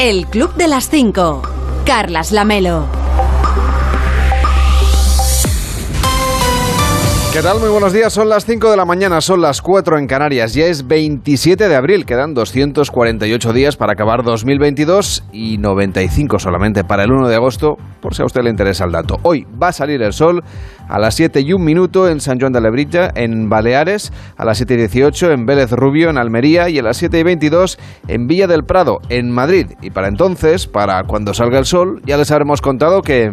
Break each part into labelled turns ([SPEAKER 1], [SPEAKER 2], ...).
[SPEAKER 1] El Club de las 5. Carlas Lamelo.
[SPEAKER 2] ¿Qué tal? Muy buenos días. Son las 5 de la mañana, son las 4 en Canarias. Ya es 27 de abril. Quedan 248 días para acabar 2022 y 95 solamente para el 1 de agosto, por si a usted le interesa el dato. Hoy va a salir el sol a las 7:01 en San Joan de Lebrija, en Baleares, a las 7:18 en Vélez Rubio, en Almería, y a las 7:22 en Villa del Prado, en Madrid. Y para entonces, para cuando salga el sol, ya les habremos contado que...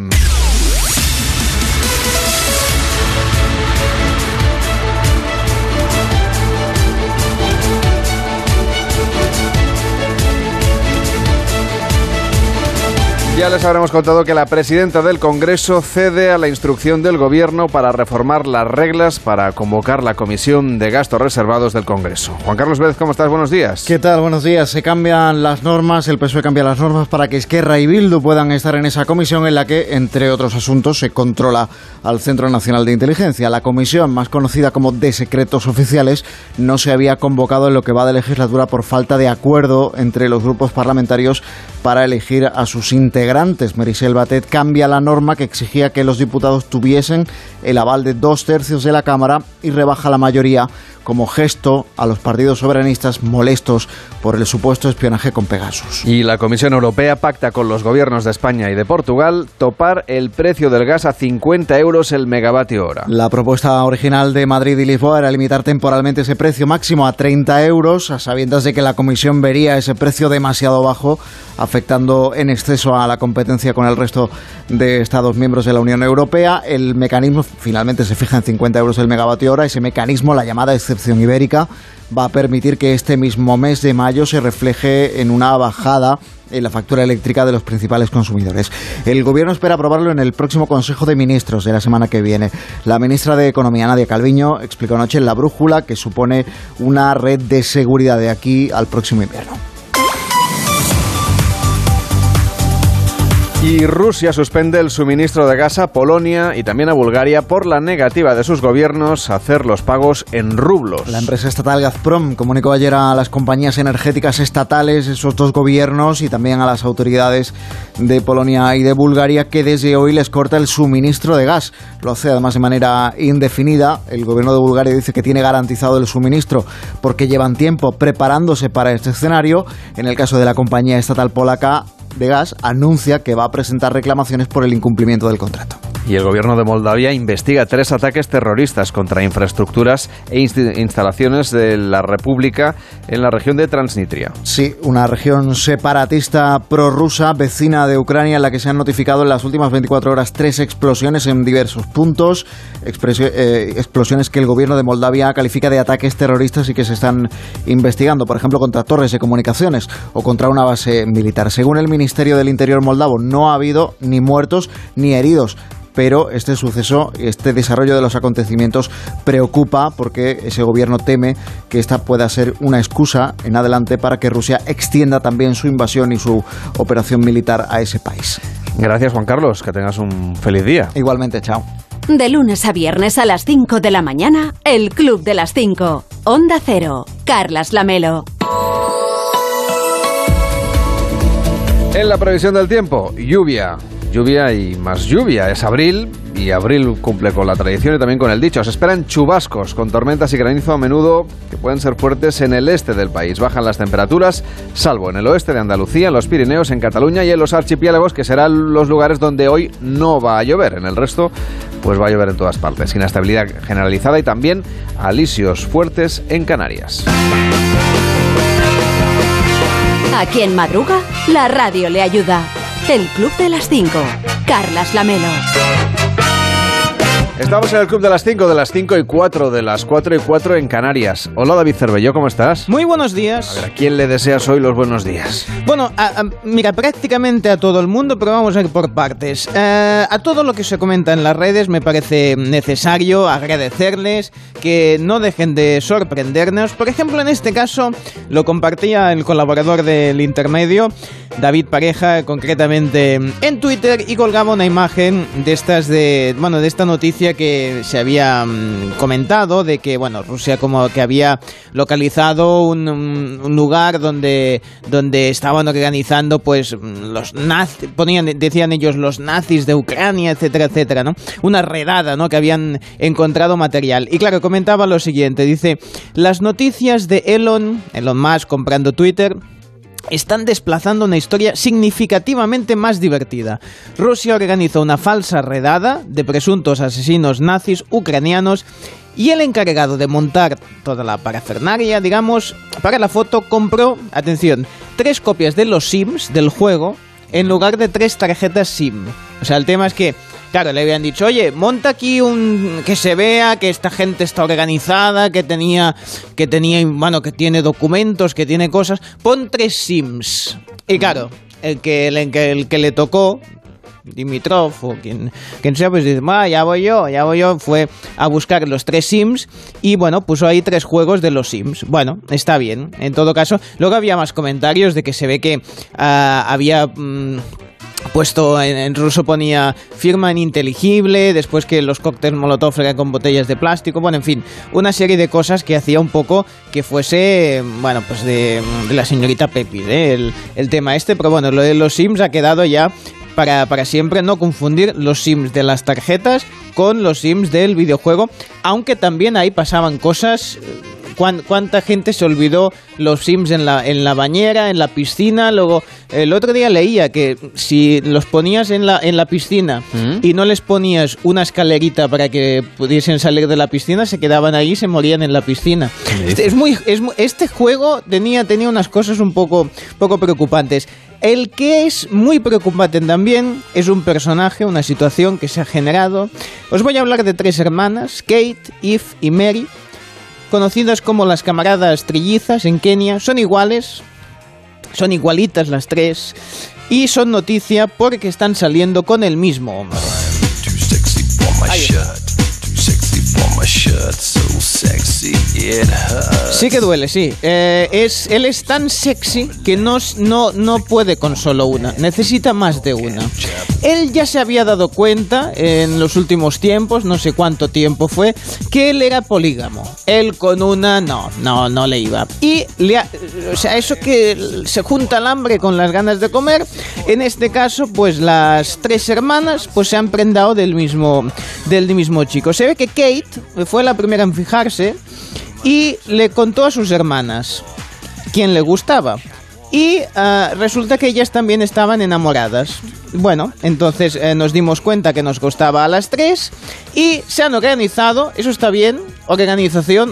[SPEAKER 2] Ya les habremos contado que la presidenta del Congreso cede a la instrucción del Gobierno para reformar las reglas para convocar la Comisión de Gastos Reservados del Congreso. Juan Carlos Vélez, ¿cómo estás? Buenos días.
[SPEAKER 3] ¿Qué tal? Buenos días. Se cambian las normas, el PSOE cambia las normas para que Esquerra y Bildu puedan estar en esa comisión en la que, entre otros asuntos, se controla al Centro Nacional de Inteligencia. La comisión, más conocida como de secretos oficiales, no se había convocado en lo que va de legislatura por falta de acuerdo entre los grupos parlamentarios para elegir a sus integrantes. Meritxell Batet cambia la norma que exigía que los diputados tuviesen el aval de 2/3 de la Cámara y rebaja la mayoría como gesto a los partidos soberanistas molestos por el supuesto espionaje con Pegasus.
[SPEAKER 2] Y la Comisión Europea pacta con los gobiernos de España y de Portugal topar el precio del gas a 50 euros el megavatio hora.
[SPEAKER 3] La propuesta original de Madrid y Lisboa era limitar temporalmente ese precio máximo a 30 euros, a sabiendas de que la Comisión vería ese precio demasiado bajo, afectando en exceso a la competencia con el resto de Estados miembros de la Unión Europea. El mecanismo finalmente se fija en 50 euros el megavatio hora. Ese mecanismo, la llamada excepción ibérica, va a permitir que este mismo mes de mayo se refleje en una bajada en la factura eléctrica de los principales consumidores. El Gobierno espera aprobarlo en el próximo Consejo de Ministros de la semana que viene. La ministra de Economía, Nadia Calviño, explicó anoche en La Brújula que supone una red de seguridad de aquí al próximo invierno.
[SPEAKER 2] Y Rusia suspende el suministro de gas a Polonia y también a Bulgaria por la negativa de sus gobiernos a hacer los pagos en rublos.
[SPEAKER 3] La empresa estatal Gazprom comunicó ayer a las compañías energéticas estatales, esos dos gobiernos, y también a las autoridades de Polonia y de Bulgaria, que desde hoy les corta el suministro de gas. Lo hace además de manera indefinida. El gobierno de Bulgaria dice que tiene garantizado el suministro porque llevan tiempo preparándose para este escenario. En el caso de la compañía estatal polaca de gas, anuncia que va a presentar reclamaciones por el incumplimiento del contrato.
[SPEAKER 2] Y el gobierno de Moldavia investiga 3 ataques terroristas contra infraestructuras e instalaciones de la República en la región de Transnistria.
[SPEAKER 3] Sí, una región separatista prorrusa vecina de Ucrania en la que se han notificado en las últimas 24 horas 3 explosiones en diversos puntos, explosiones que el gobierno de Moldavia califica de ataques terroristas y que se están investigando, por ejemplo, contra torres de comunicaciones o contra una base militar. Según el Ministerio del Interior moldavo, no ha habido ni muertos ni heridos. Pero este suceso, este desarrollo de los acontecimientos preocupa porque ese gobierno teme que esta pueda ser una excusa en adelante para que Rusia extienda también su invasión y su operación militar a ese país.
[SPEAKER 2] Gracias, Juan Carlos, que tengas un feliz día.
[SPEAKER 3] Igualmente, chao.
[SPEAKER 1] De lunes a viernes a las 5 de la mañana, el Club de las 5. Onda Cero, Carlas Lamelo.
[SPEAKER 2] En la previsión del tiempo, lluvia y más lluvia. Es abril y abril cumple con la tradición y también con el dicho. Se esperan chubascos con tormentas y granizo a menudo que pueden ser fuertes en el este del país. Bajan las temperaturas, salvo en el oeste de Andalucía, en los Pirineos, en Cataluña y en los archipiélagos, que serán los lugares donde hoy no va a llover. En el resto, pues va a llover en todas partes. Inestabilidad generalizada y también alisios fuertes en Canarias.
[SPEAKER 1] A quien madruga, la radio le ayuda. El Club de las 5. Carlas Lamelo.
[SPEAKER 2] Estamos en el Club de las 5, de las 5:04, de las 4:04 en Canarias. Hola, David Cervelló, ¿cómo estás?
[SPEAKER 4] Muy buenos días.
[SPEAKER 2] A ver, ¿a quién le deseas hoy los buenos días?
[SPEAKER 4] Bueno, mira, prácticamente a todo el mundo, pero vamos a ir por partes. A todo lo que se comenta en las redes me parece necesario agradecerles que no dejen de sorprendernos. Por ejemplo, en este caso lo compartía el colaborador del Intermedio, David Pareja, concretamente en Twitter, y colgaba una imagen de esta noticia noticia que se había comentado de que, bueno, Rusia como que había localizado un lugar donde estaban organizando, pues, los nazis, decían ellos, los nazis de Ucrania, etcétera, etcétera, ¿no? Una redada, ¿no? Que habían encontrado material. Y claro, comentaba lo siguiente, dice, las noticias de Elon Musk comprando Twitter están desplazando una historia significativamente más divertida. Rusia organizó una falsa redada de presuntos asesinos nazis ucranianos y el encargado de montar toda la parafernalia, digamos, para la foto compró, atención, 3 copias de los SIMs del juego en lugar de 3 tarjetas SIM. O sea, el tema es que, claro, le habían dicho, oye, monta aquí que se vea que esta gente está organizada, que tiene documentos, que tiene cosas, pon 3 SIMs. Y claro, el que le tocó, Dimitrov o quien sea, pues dice, ya voy yo, fue a buscar los 3 SIMs y bueno, puso ahí 3 juegos de los SIMs. Bueno, está bien, en todo caso. Luego había más comentarios de que se ve que había puesto en ruso, ponía firma ininteligible, después que los cócteles Molotov eran con botellas de plástico, bueno, en fin, una serie de cosas que hacía un poco que fuese, bueno, pues de la señorita Pepis, el tema pero bueno, lo de los SIMs ha quedado ya para siempre. No confundir los SIMs de las tarjetas con los SIMs del videojuego, aunque también ahí pasaban cosas. ¿Cuánta gente se olvidó los SIMs en la bañera, en la piscina? Luego, el otro día leía que si los ponías en la piscina y no les ponías una escalerita para que pudiesen salir de la piscina, se quedaban ahí y se morían en la piscina. Este juego tenía unas cosas un poco preocupantes. El que es muy preocupante también es un personaje, una situación que se ha generado. Os voy a hablar de 3 hermanas, Kate, Eve y Mary, conocidas como las camaradas trillizas en Kenia. Son iguales, son igualitas las 3 y son noticia porque están saliendo con el mismo hombre. Ahí está. Sí que duele, sí. Él es tan sexy que no puede con solo una, necesita más de una. Él ya se había dado cuenta en los últimos tiempos, no sé cuánto tiempo fue, que él era polígamo. Él con una no le iba. Y o sea, eso que se junta el hambre con las ganas de comer. En este caso, pues las 3 hermanas pues se han prendado del mismo chico. Se ve que Kate fue la primera en fijarse y le contó a sus hermanas quién le gustaba. Y resulta que ellas también estaban enamoradas. Bueno, entonces nos dimos cuenta que nos gustaba a las 3 y se han organizado, eso está bien, organización.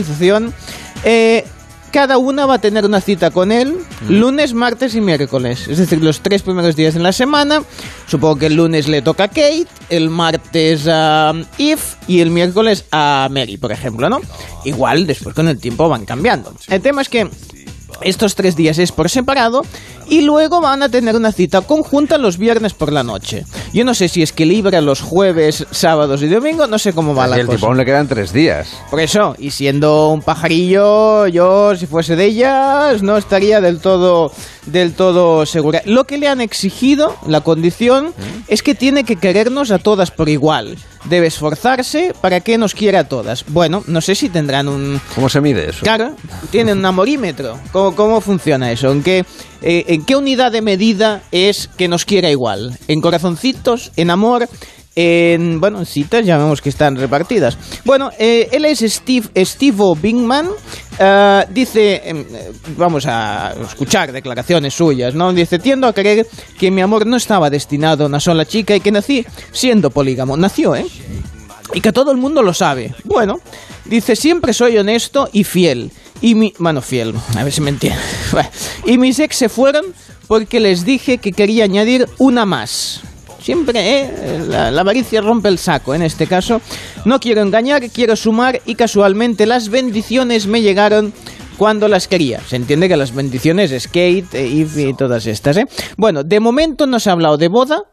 [SPEAKER 4] Cada una va a tener una cita con él lunes, martes y miércoles. Es decir, los 3 primeros días en la semana. Supongo que el lunes le toca a Kate, el martes a Eve y el miércoles a Mary, por ejemplo, ¿no? Igual después con el tiempo van cambiando. El tema es que estos 3 días es por separado y luego van a tener una cita conjunta los viernes por la noche. Yo no sé si es que libra los jueves, sábados y domingo, no sé cómo va la cosa.
[SPEAKER 2] El tipón le quedan 3 días.
[SPEAKER 4] Por eso, y siendo un pajarillo, yo si fuese de ellas no estaría del todo segura. Lo que le han exigido, la condición, es que tiene que querernos a todas por igual. Debe esforzarse para que nos quiera a todas. Bueno, no sé si tendrán un...
[SPEAKER 2] ¿Cómo se mide eso?
[SPEAKER 4] Claro, tienen un amorímetro. ¿Cómo funciona eso? ¿En qué unidad de medida es que nos quiera igual? ¿En corazoncitos? ¿En amor? En citas ya vemos que están repartidas. Bueno, él es Steve Bingman. Dice, vamos a escuchar declaraciones suyas, ¿no? Dice, tiendo a creer que mi amor no estaba destinado a una sola chica y que nací siendo polígamo. Nació, y que todo el mundo lo sabe. Bueno, dice, siempre soy honesto y fiel. Fiel, a ver si me entiende. Y mis ex se fueron porque les dije que quería añadir una más. Siempre, la avaricia rompe el saco. En este caso, no quiero engañar, quiero sumar y casualmente las bendiciones me llegaron cuando las quería. Se entiende que las bendiciones es Kate, Eve y todas estas, Bueno, de momento no se ha hablado de boda,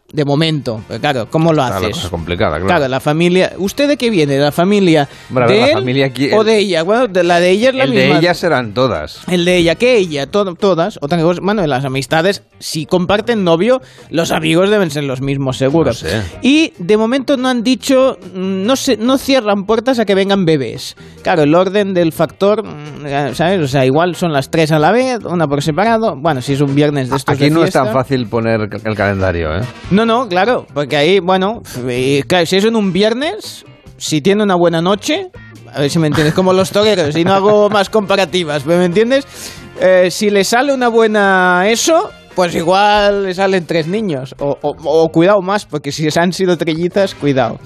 [SPEAKER 4] de momento. Pero claro, ¿cómo lo haces?
[SPEAKER 2] La cosa complicada, claro.
[SPEAKER 4] Claro, la familia... ¿Usted de qué viene? ¿De la familia de él
[SPEAKER 2] familia aquí,
[SPEAKER 4] o de ella? Bueno, la de ella es la misma.
[SPEAKER 2] El de ella serán todas.
[SPEAKER 4] El de ella, ¿qué ella? Todas. Otra cosa, bueno, en las amistades, si comparten novio, los amigos deben ser los mismos, seguro.
[SPEAKER 2] No sé.
[SPEAKER 4] Y de momento no han dicho, no cierran puertas a que vengan bebés. Claro, el orden del factor, ¿sabes? O sea, igual son las 3 a la vez, una por separado. Bueno, si es un viernes de estos
[SPEAKER 2] Aquí
[SPEAKER 4] de
[SPEAKER 2] no
[SPEAKER 4] fiesta.
[SPEAKER 2] es tan fácil poner el calendario, ¿eh?
[SPEAKER 4] No, claro, porque ahí, bueno, claro, si es en un viernes, si tiene una buena noche, a ver si me entiendes, como los toreros, y no hago más comparativas, ¿me entiendes? Si le sale una buena eso, pues igual le salen 3 niños, o cuidado más, porque si han sido trellizas, cuidado.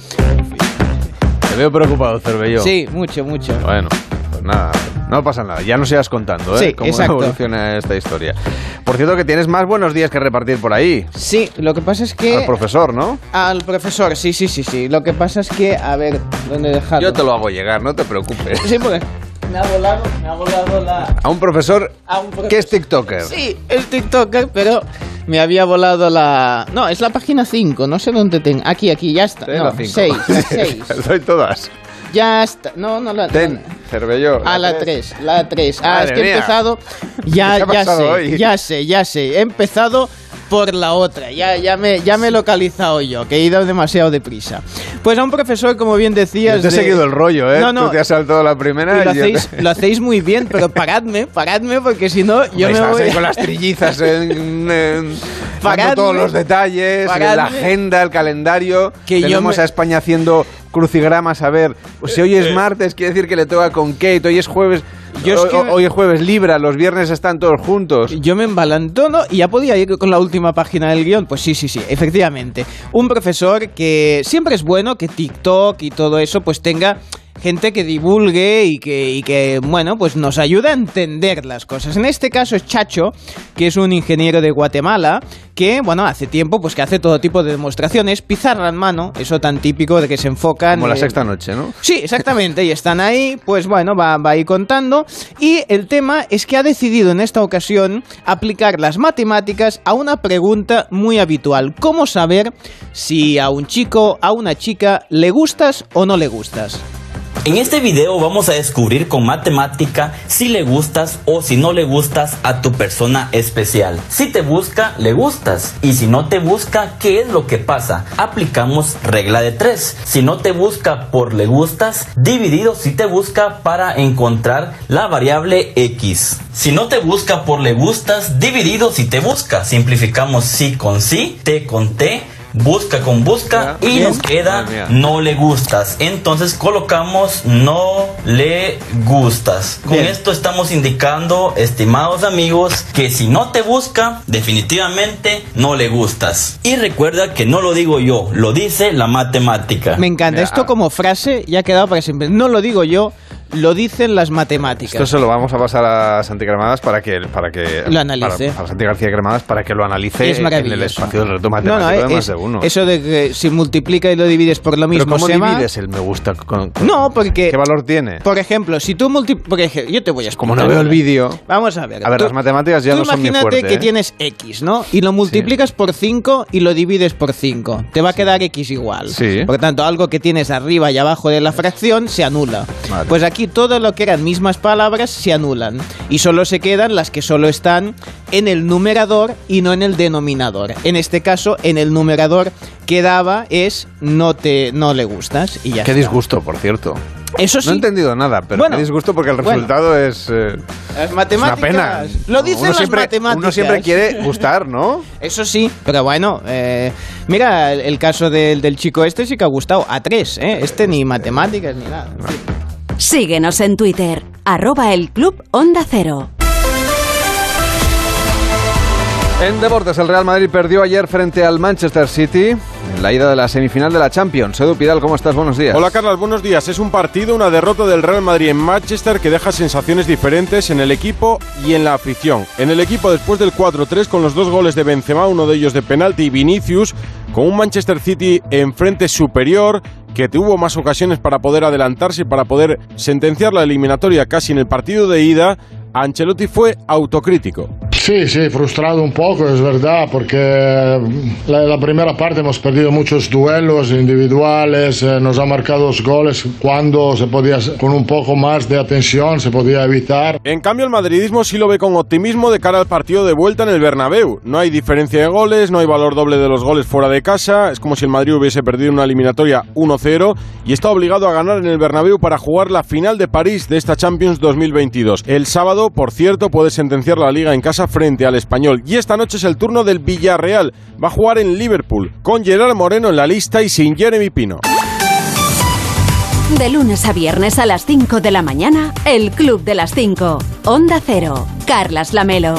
[SPEAKER 2] Te veo preocupado, Cervelló.
[SPEAKER 4] Sí, mucho.
[SPEAKER 2] Bueno, pues nada, no pasa nada. Ya nos sigas contando, ¿eh?
[SPEAKER 4] Sí,
[SPEAKER 2] Cómo
[SPEAKER 4] exacto.
[SPEAKER 2] evoluciona esta historia. Por cierto, que tienes más buenos días que repartir por ahí.
[SPEAKER 4] Sí, lo que pasa es que...
[SPEAKER 2] Al profesor, ¿no?
[SPEAKER 4] Al profesor, sí. Lo que pasa es que, a ver, ¿dónde he dejado?
[SPEAKER 2] Yo te lo hago llegar, no te preocupes.
[SPEAKER 4] Sí, porque me ha volado la...
[SPEAKER 2] A un profesor que es TikToker.
[SPEAKER 4] Sí, es TikToker, pero me había volado la... No, es la página 5, no sé dónde tengo. Aquí, ya está.
[SPEAKER 2] Sí,
[SPEAKER 4] No,
[SPEAKER 2] la 5.
[SPEAKER 4] 6, la 6.
[SPEAKER 2] Soy todas.
[SPEAKER 4] Ya está. No, la...
[SPEAKER 2] Ten, Cervelló.
[SPEAKER 4] La 3. La 3.
[SPEAKER 2] Madre
[SPEAKER 4] Es que he
[SPEAKER 2] mía.
[SPEAKER 4] empezado...
[SPEAKER 2] ¿Qué ha pasado hoy?
[SPEAKER 4] Ya sé. He empezado por la otra. Ya me he localizado yo, que he ido demasiado deprisa. Pues a un profesor, como bien decías...
[SPEAKER 2] Yo te he seguido el rollo, ¿eh?
[SPEAKER 4] No.
[SPEAKER 2] Tú te has saltado la primera
[SPEAKER 4] Y
[SPEAKER 2] y
[SPEAKER 4] lo hacéis muy bien, pero paradme, porque si no yo me
[SPEAKER 2] estás
[SPEAKER 4] voy...
[SPEAKER 2] ahí con las trillizas dando
[SPEAKER 4] Paradme,
[SPEAKER 2] todos los detalles,
[SPEAKER 4] paradme.
[SPEAKER 2] la agenda, el calendario.
[SPEAKER 4] Que yo
[SPEAKER 2] Tenemos
[SPEAKER 4] me-
[SPEAKER 2] a España haciendo crucigramas. A ver, pues si hoy es martes, quiere decir que le toca con Kate. Hoy es jueves, hoy es jueves Libra, los viernes están todos juntos.
[SPEAKER 4] Yo me embalantono y ya podía ir con la última página del guión. Pues sí, efectivamente. Un profesor que siempre es bueno que TikTok y todo eso pues tenga gente que divulgue y que, bueno, pues nos ayude a entender las cosas. En este caso es Chacho, que es un ingeniero de Guatemala, que, bueno, hace tiempo pues que hace todo tipo de demostraciones, pizarra en mano, eso tan típico de que se enfocan...
[SPEAKER 2] Como la sexta noche, ¿no?
[SPEAKER 4] Sí, exactamente, y están ahí, pues bueno, va ahí contando. Y el tema es que ha decidido en esta ocasión aplicar las matemáticas a una pregunta muy habitual. ¿Cómo saber si a un chico, a una chica, le gustas o no le gustas?
[SPEAKER 5] En este video vamos a descubrir con matemática si le gustas o si no le gustas a tu persona especial. Si te busca, le gustas. Y si no te busca, ¿qué es lo que pasa? Aplicamos regla de 3. Si no te busca por le gustas, dividido si te busca para encontrar la variable X. Si no te busca por le gustas, dividido si te busca. Simplificamos sí con sí, T con T. Busca con busca y nos queda no le gustas. Entonces colocamos no le gustas. Con esto estamos indicando, estimados amigos, que si no te busca, definitivamente no le gustas. Y recuerda que no lo digo yo, lo dice la matemática.
[SPEAKER 4] Me encanta, esto como frase ya ha quedado para siempre. No lo digo yo, lo dicen las matemáticas.
[SPEAKER 2] Esto se lo vamos a pasar a Santi Cremadas para que
[SPEAKER 4] lo analice.
[SPEAKER 2] Para Santi García Cremadas para que lo analice
[SPEAKER 4] Es
[SPEAKER 2] en
[SPEAKER 4] maravilloso.
[SPEAKER 2] el espacio del reto matemático de más de uno.
[SPEAKER 4] Eso de que si multiplica y lo divides por lo mismo,
[SPEAKER 2] ¿Pero cómo
[SPEAKER 4] se va...
[SPEAKER 2] divides el me gusta?
[SPEAKER 4] No, porque...
[SPEAKER 2] ¿Qué valor tiene?
[SPEAKER 4] Por ejemplo, si tú multiplicas... Yo te voy a explicar.
[SPEAKER 2] Como no veo el vídeo...
[SPEAKER 4] Vamos a ver.
[SPEAKER 2] A ver, las matemáticas ya no son mi fuerte.
[SPEAKER 4] Imagínate que tienes X, ¿no? Y lo multiplicas por 5 y lo divides por 5. Te va a quedar X igual.
[SPEAKER 2] Sí.
[SPEAKER 4] Por tanto, algo que tienes arriba y abajo de la fracción se anula.
[SPEAKER 2] Vale.
[SPEAKER 4] Pues aquí todo lo que eran mismas palabras se anulan. Y solo se quedan las que solo están en el numerador y no en el denominador. En este caso, en el numerador quedaba es no le gustas y ya
[SPEAKER 2] Qué
[SPEAKER 4] está.
[SPEAKER 2] disgusto, por cierto.
[SPEAKER 4] Eso sí.
[SPEAKER 2] No he entendido nada, pero
[SPEAKER 4] Bueno,
[SPEAKER 2] qué disgusto porque el resultado es...
[SPEAKER 4] Las matemáticas.
[SPEAKER 2] Es una pena.
[SPEAKER 4] Lo dicen las matemáticas.
[SPEAKER 2] Uno siempre quiere gustar, ¿no?
[SPEAKER 4] Eso sí, pero bueno, mira, el caso del chico este sí que ha gustado. A 3, este ni matemáticas ni nada. En fin.
[SPEAKER 1] Síguenos en Twitter, @elclubOnda0.
[SPEAKER 2] En deportes, el Real Madrid perdió ayer frente al Manchester City en la ida de la semifinal de la Champions. Edu Pidal, ¿cómo estás? Buenos días.
[SPEAKER 6] Hola, Carlos, buenos días. Es un partido, una derrota del Real Madrid en Manchester que deja sensaciones diferentes en el equipo y en la afición. En el equipo, después del 4-3, con los 2 goles de Benzema, uno de ellos de penalti, y Vinicius, con un Manchester City en frente superior, que tuvo más ocasiones para poder adelantarse y para poder sentenciar la eliminatoria casi en el partido de ida, Ancelotti fue autocrítico.
[SPEAKER 7] Sí, frustrado un poco, es verdad, porque la primera parte hemos perdido muchos duelos individuales, nos ha marcado 2 goles cuando se podía, con un poco más de atención, se podía evitar.
[SPEAKER 6] En cambio, el madridismo sí lo ve con optimismo de cara al partido de vuelta en el Bernabéu. No hay diferencia de goles, no hay valor doble de los goles fuera de casa, es como si el Madrid hubiese perdido una eliminatoria 1-0 y está obligado a ganar en el Bernabéu para jugar la final de París de esta Champions 2022. El sábado, por cierto, puede sentenciar la Liga en casa frente al Español. Y esta noche es el turno del Villarreal. Va a jugar en Liverpool, con Gerard Moreno en la lista y sin Jeremy Pino.
[SPEAKER 1] De lunes a viernes a las 5 de la mañana, el Club de las 5. Onda Cero, Carlas Lamelo.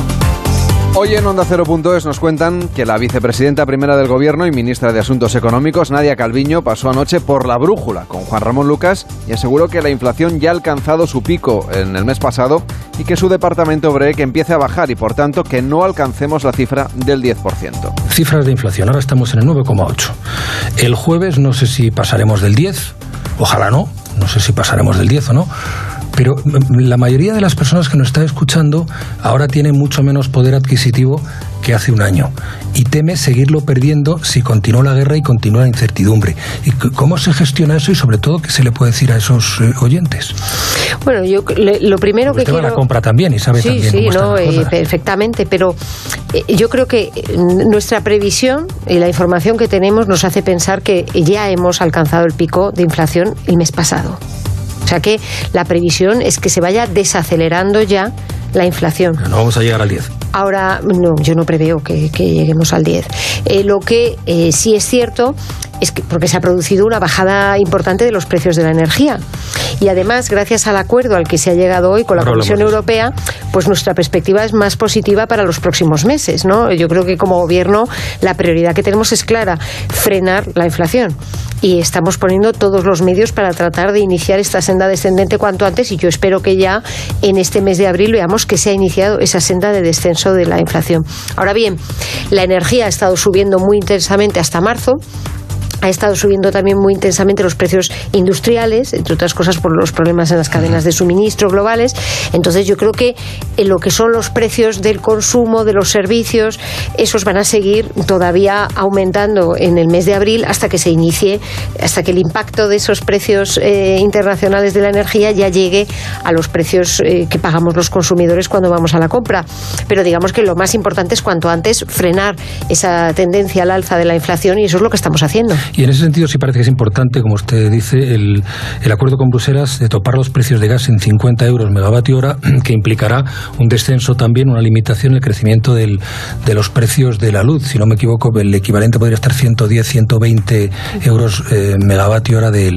[SPEAKER 2] Hoy en Onda Cero.es nos cuentan que la vicepresidenta primera del Gobierno y ministra de Asuntos Económicos, Nadia Calviño, pasó anoche por la brújula con Juan Ramón Lucas y aseguró que la inflación ya ha alcanzado su pico en el mes pasado y que su departamento prevé que empiece a bajar y, por tanto, que no alcancemos la cifra del 10%.
[SPEAKER 8] Cifras de inflación, ahora estamos en el 9,8. El jueves no sé si pasaremos del 10, ojalá no sé si pasaremos del 10 o no. Pero la mayoría de las personas que nos están escuchando ahora tienen mucho menos poder adquisitivo que hace un año y teme seguirlo perdiendo si continúa la guerra y continúa la incertidumbre. ¿Y cómo se gestiona eso y sobre todo qué se le puede decir a esos oyentes?
[SPEAKER 9] Bueno, yo lo primero que quiero...
[SPEAKER 8] la compra también y sabe también cómo están las cosas.
[SPEAKER 9] Perfectamente, pero yo creo que nuestra previsión y la información que tenemos nos hace pensar que ya hemos alcanzado el pico de inflación el mes pasado. O sea que la previsión es que se vaya desacelerando ya la inflación.
[SPEAKER 8] Pero no vamos a llegar al 10.
[SPEAKER 9] Ahora, no, yo no preveo que lleguemos al 10. Lo que sí es cierto es que porque se ha producido una bajada importante de los precios de la energía. Y además, gracias al acuerdo al que se ha llegado hoy con la Comisión Europea, pues nuestra perspectiva es más positiva para los próximos meses, ¿no? Yo creo que como gobierno la prioridad que tenemos es clara, frenar la inflación. Y estamos poniendo todos los medios para tratar de iniciar esta senda descendente cuanto antes y yo espero que ya en este mes de abril veamos que se ha iniciado esa senda de descenso de la inflación. Ahora bien, la energía ha estado subiendo muy intensamente hasta marzo. Ha estado subiendo también muy intensamente los precios industriales, entre otras cosas por los problemas en las cadenas de suministro globales. Entonces yo creo que en lo que son los precios del consumo, de los servicios, esos van a seguir todavía aumentando en el mes de abril hasta que se inicie, hasta que el impacto de esos precios internacionales de la energía ya llegue a los precios que pagamos los consumidores cuando vamos a la compra. Pero digamos que lo más importante es cuanto antes frenar esa tendencia al alza de la inflación y eso es lo que estamos haciendo.
[SPEAKER 8] Y en ese sentido sí parece que es importante, como usted dice, el acuerdo con Bruselas de topar los precios de gas en 50 euros megavatio hora, que implicará un descenso también, una limitación en el crecimiento de los precios de la luz. Si no me equivoco, el equivalente podría estar 110, 120 euros megavatio hora de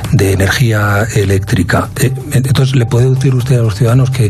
[SPEAKER 8] energía eléctrica. Entonces, ¿le puede decir usted a los ciudadanos que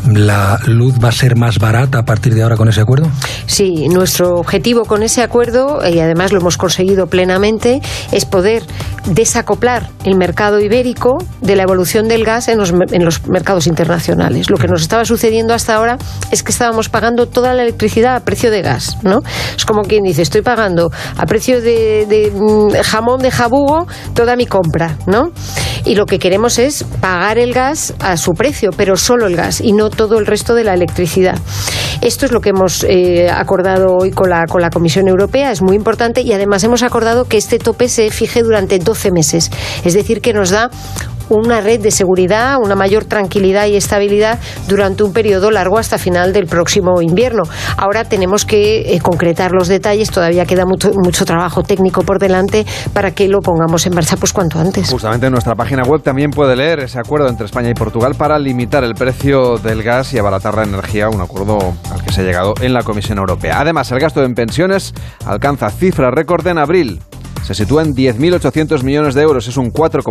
[SPEAKER 8] la luz va a ser más barata a partir de ahora con ese acuerdo?
[SPEAKER 9] Sí, nuestro objetivo con ese acuerdo, y además lo hemos conseguido plenamente, es poder desacoplar el mercado ibérico de la evolución del gas en los mercados internacionales. Lo que nos estaba sucediendo hasta ahora es que estábamos pagando toda la electricidad a precio de gas, ¿no? Es como quien dice, estoy pagando a precio de jamón de jabugo toda mi compra, ¿no? Y lo que queremos es pagar el gas a su precio, pero solo el gas y no todo el resto de la electricidad. Esto es lo que hemos acordado hoy con la Comisión Europea, es muy importante y además hemos acordado que este tope se fije durante 12 meses, es decir, que nos da una red de seguridad, una mayor tranquilidad y estabilidad durante un periodo largo hasta final del próximo invierno. Ahora tenemos que concretar los detalles, todavía queda mucho trabajo técnico por delante para que lo pongamos en marcha pues cuanto antes.
[SPEAKER 2] Justamente en nuestra página web también puede leer ese acuerdo entre España y Portugal para limitar el precio del gas y abaratar la energía, un acuerdo al que se ha llegado en la Comisión Europea. Además, el gasto en pensiones alcanza cifra récord en abril. Se sitúa en 10.800 millones de euros, es un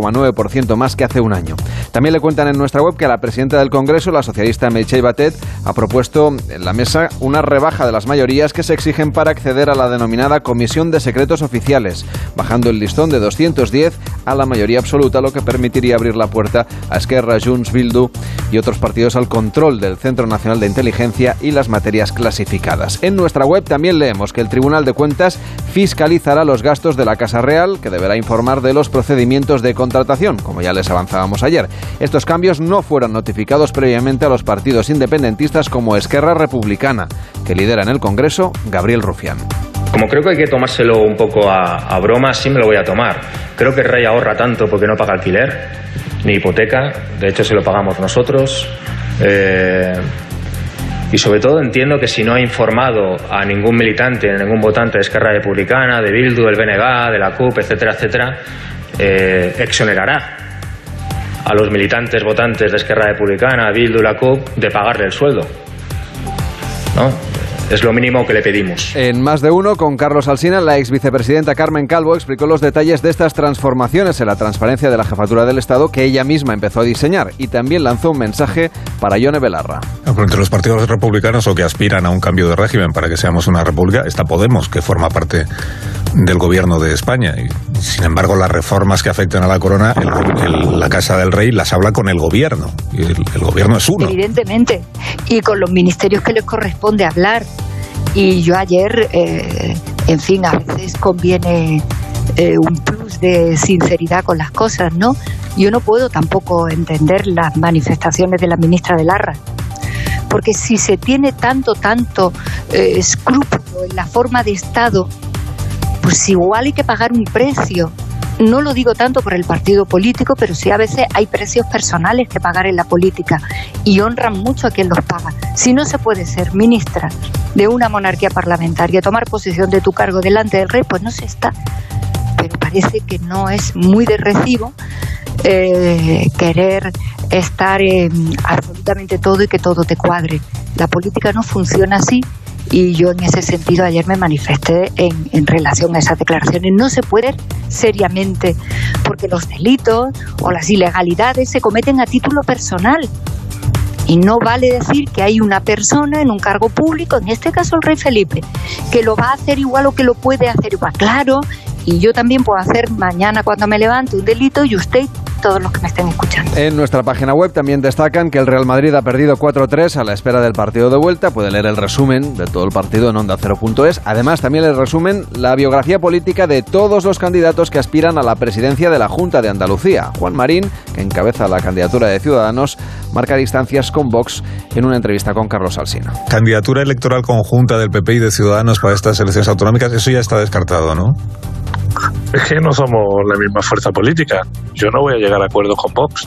[SPEAKER 2] 4,9% más que hace un año. También le cuentan en nuestra web que la presidenta del Congreso, la socialista Meritxell Batet, ha propuesto en la mesa una rebaja de las mayorías que se exigen para acceder a la denominada Comisión de Secretos Oficiales, bajando el listón de 210 a la mayoría absoluta, lo que permitiría abrir la puerta a Esquerra, Junts, Bildu y otros partidos al control del Centro Nacional de Inteligencia y las materias clasificadas. En nuestra web también leemos que el Tribunal de Cuentas fiscalizará los gastos de la Casa Real, que deberá informar de los procedimientos de contratación, como ya les avanzábamos ayer. Estos cambios no fueron notificados previamente a los partidos independentistas como Esquerra Republicana, que lidera en el Congreso Gabriel Rufián.
[SPEAKER 10] Como creo que hay que tomárselo un poco a broma, sí me lo voy a tomar. Creo que el rey ahorra tanto porque no paga alquiler ni hipoteca, de hecho se lo pagamos nosotros. Y sobre todo entiendo que si no ha informado a ningún militante, a ningún votante de Esquerra Republicana, de Bildu, del BNG, de la CUP, etcétera, etcétera, exonerará a los militantes votantes de Esquerra Republicana, Bildu, la CUP, de pagarle el sueldo, ¿no? Es lo mínimo que le pedimos.
[SPEAKER 2] En Más de Uno, con Carlos Alsina, la ex vicepresidenta Carmen Calvo explicó los detalles de estas transformaciones en la transparencia de la jefatura del Estado que ella misma empezó a diseñar, y también lanzó un mensaje para Ione Belarra.
[SPEAKER 11] Entre los partidos republicanos o que aspiran a un cambio de régimen para que seamos una república está Podemos, que forma parte del gobierno de España. Y, sin embargo, las reformas que afectan a la corona, la Casa del Rey las habla con el gobierno. Y el gobierno es uno.
[SPEAKER 12] Evidentemente. Y con los ministerios que les corresponde hablar. Y yo ayer, en fin, a veces conviene un plus de sinceridad con las cosas, ¿no? Yo no puedo tampoco entender las manifestaciones de la ministra de Larra. Porque si se tiene tanto escrúpulo en la forma de Estado, pues igual hay que pagar un precio. No lo digo tanto por el partido político, pero sí a veces hay precios personales que pagar en la política y honran mucho a quien los paga. Si no se puede ser ministra de una monarquía parlamentaria, tomar posesión de tu cargo delante del rey, pues no se está. Pero parece que no es muy de recibo querer estar en absolutamente todo y que todo te cuadre. La política no funciona así. Y yo en ese sentido ayer me manifesté en relación a esas declaraciones. No se puede seriamente, porque los delitos o las ilegalidades se cometen a título personal. Y no vale decir que hay una persona en un cargo público, en este caso el rey Felipe, que lo va a hacer igual o que lo puede hacer igual. Claro, y yo también puedo hacer mañana cuando me levante un delito y usted, todos los que me estén escuchando.
[SPEAKER 2] En nuestra página web también destacan que el Real Madrid ha perdido 4-3 a la espera del partido de vuelta. Puede leer el resumen de todo el partido en OndaCero.es. Además, también les resumen la biografía política de todos los candidatos que aspiran a la presidencia de la Junta de Andalucía. Juan Marín, que encabeza la candidatura de Ciudadanos, marca distancias con Vox en una entrevista con Carlos Alsina.
[SPEAKER 11] Candidatura electoral conjunta del PP y de Ciudadanos para estas elecciones autonómicas, eso ya está descartado, ¿no?
[SPEAKER 13] Es que no somos la misma fuerza política. Yo no voy a llegar a acuerdos con Vox.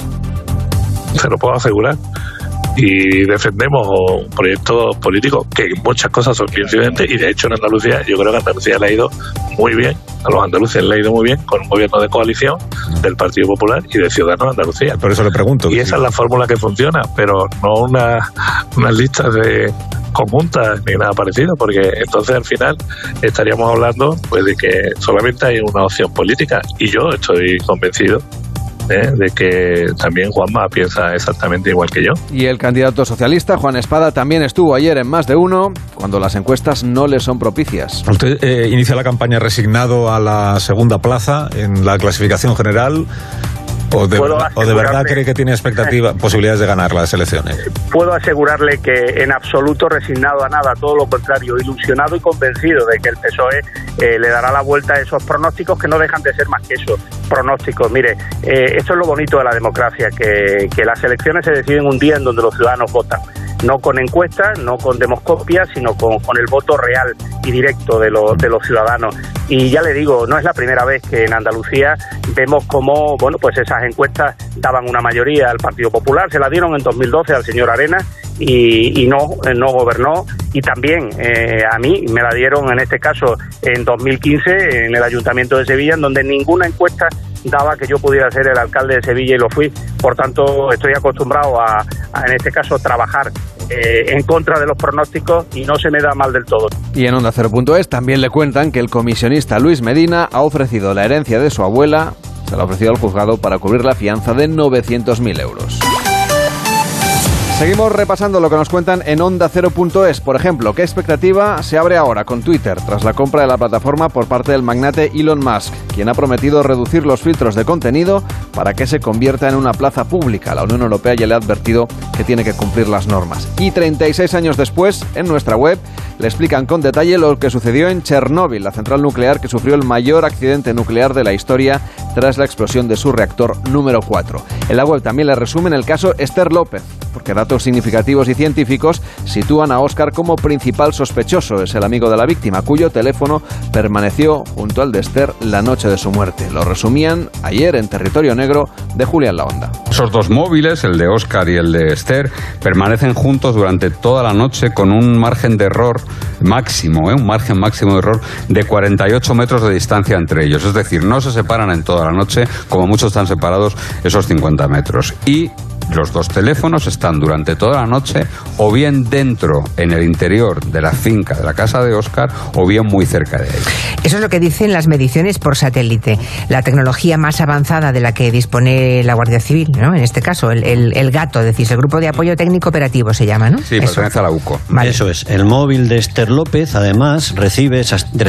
[SPEAKER 13] Se lo puedo asegurar. Y defendemos un proyecto político que en muchas cosas son coincidentes, y de hecho en Andalucía, yo creo que a Andalucía le ha ido muy bien, a los andaluces le ha ido muy bien con un gobierno de coalición del Partido Popular y de Ciudadanos de Andalucía.
[SPEAKER 11] Por eso le pregunto.
[SPEAKER 13] Y esa es la fórmula que funciona, pero no unas listas de conjuntas ni nada parecido, porque entonces al final estaríamos hablando pues de que solamente hay una opción política, y yo estoy convencido de que también Juanma piensa exactamente igual que yo.
[SPEAKER 2] Y el candidato socialista, Juan Espada, también estuvo ayer en Más de Uno, cuando las encuestas no le son propicias.
[SPEAKER 11] Usted inicia la campaña resignado a la segunda plaza en la clasificación general. ¿O de verdad cree que tiene posibilidades de ganar las elecciones?
[SPEAKER 14] Puedo asegurarle que en absoluto resignado a nada, todo lo contrario, ilusionado y convencido de que el PSOE le dará la vuelta a esos pronósticos que no dejan de ser más que eso, pronósticos. Mire, esto es lo bonito de la democracia, que las elecciones se deciden un día en donde los ciudadanos votan. No con encuestas, no con demoscopia, sino con el voto real y directo de los ciudadanos. Y ya le digo, no es la primera vez que en Andalucía vemos cómo, bueno, pues esas encuestas daban una mayoría al Partido Popular, se la dieron en 2012 al señor Arenas y no gobernó, y también a mí me la dieron en este caso en 2015 en el Ayuntamiento de Sevilla, en donde ninguna encuesta daba que yo pudiera ser el alcalde de Sevilla, y lo fui. Por tanto, estoy acostumbrado a en este caso, trabajar en contra de los pronósticos, y no se me da mal del todo.
[SPEAKER 2] Y en OndaCero.es también le cuentan que el comisionista Luis Medina ha ofrecido la herencia de su abuela, se la ha ofrecido al juzgado para cubrir la fianza de 900.000 euros. Seguimos repasando lo que nos cuentan en OndaCero.es. Por ejemplo, ¿qué expectativa se abre ahora con Twitter tras la compra de la plataforma por parte del magnate Elon Musk, quien ha prometido reducir los filtros de contenido para que se convierta en una plaza pública? La Unión Europea ya le ha advertido que tiene que cumplir las normas. Y 36 años después, en nuestra web, le explican con detalle lo que sucedió en Chernóbil, la central nuclear que sufrió el mayor accidente nuclear de la historia tras la explosión de su reactor número 4. En la web también le resumen el caso Esther López, porque datos significativos y científicos sitúan a Óscar como principal sospechoso. Es el amigo de la víctima, cuyo teléfono permaneció junto al de Esther la noche de su muerte. Lo resumían ayer en Territorio Negro de Julián La Onda.
[SPEAKER 15] Esos dos móviles, el de Óscar y el de Esther, permanecen juntos durante toda la noche con un margen de error máximo, un margen máximo de error de 48 metros de distancia entre ellos. Es decir, no se separan en toda la noche, como muchos están separados esos 50 metros. Y los dos teléfonos están durante toda la noche o bien dentro, en el interior de la finca, de la casa de Óscar, o bien muy cerca de ahí.
[SPEAKER 16] Eso es lo que dicen las mediciones por satélite. La tecnología más avanzada de la que dispone la Guardia Civil, ¿no? En este caso, el GATO, es decir, el Grupo de Apoyo Técnico Operativo se llama, ¿no?
[SPEAKER 15] Sí, pertenece a la UCO.
[SPEAKER 16] Vale.
[SPEAKER 17] Eso es. El móvil de Esther López, además, recibe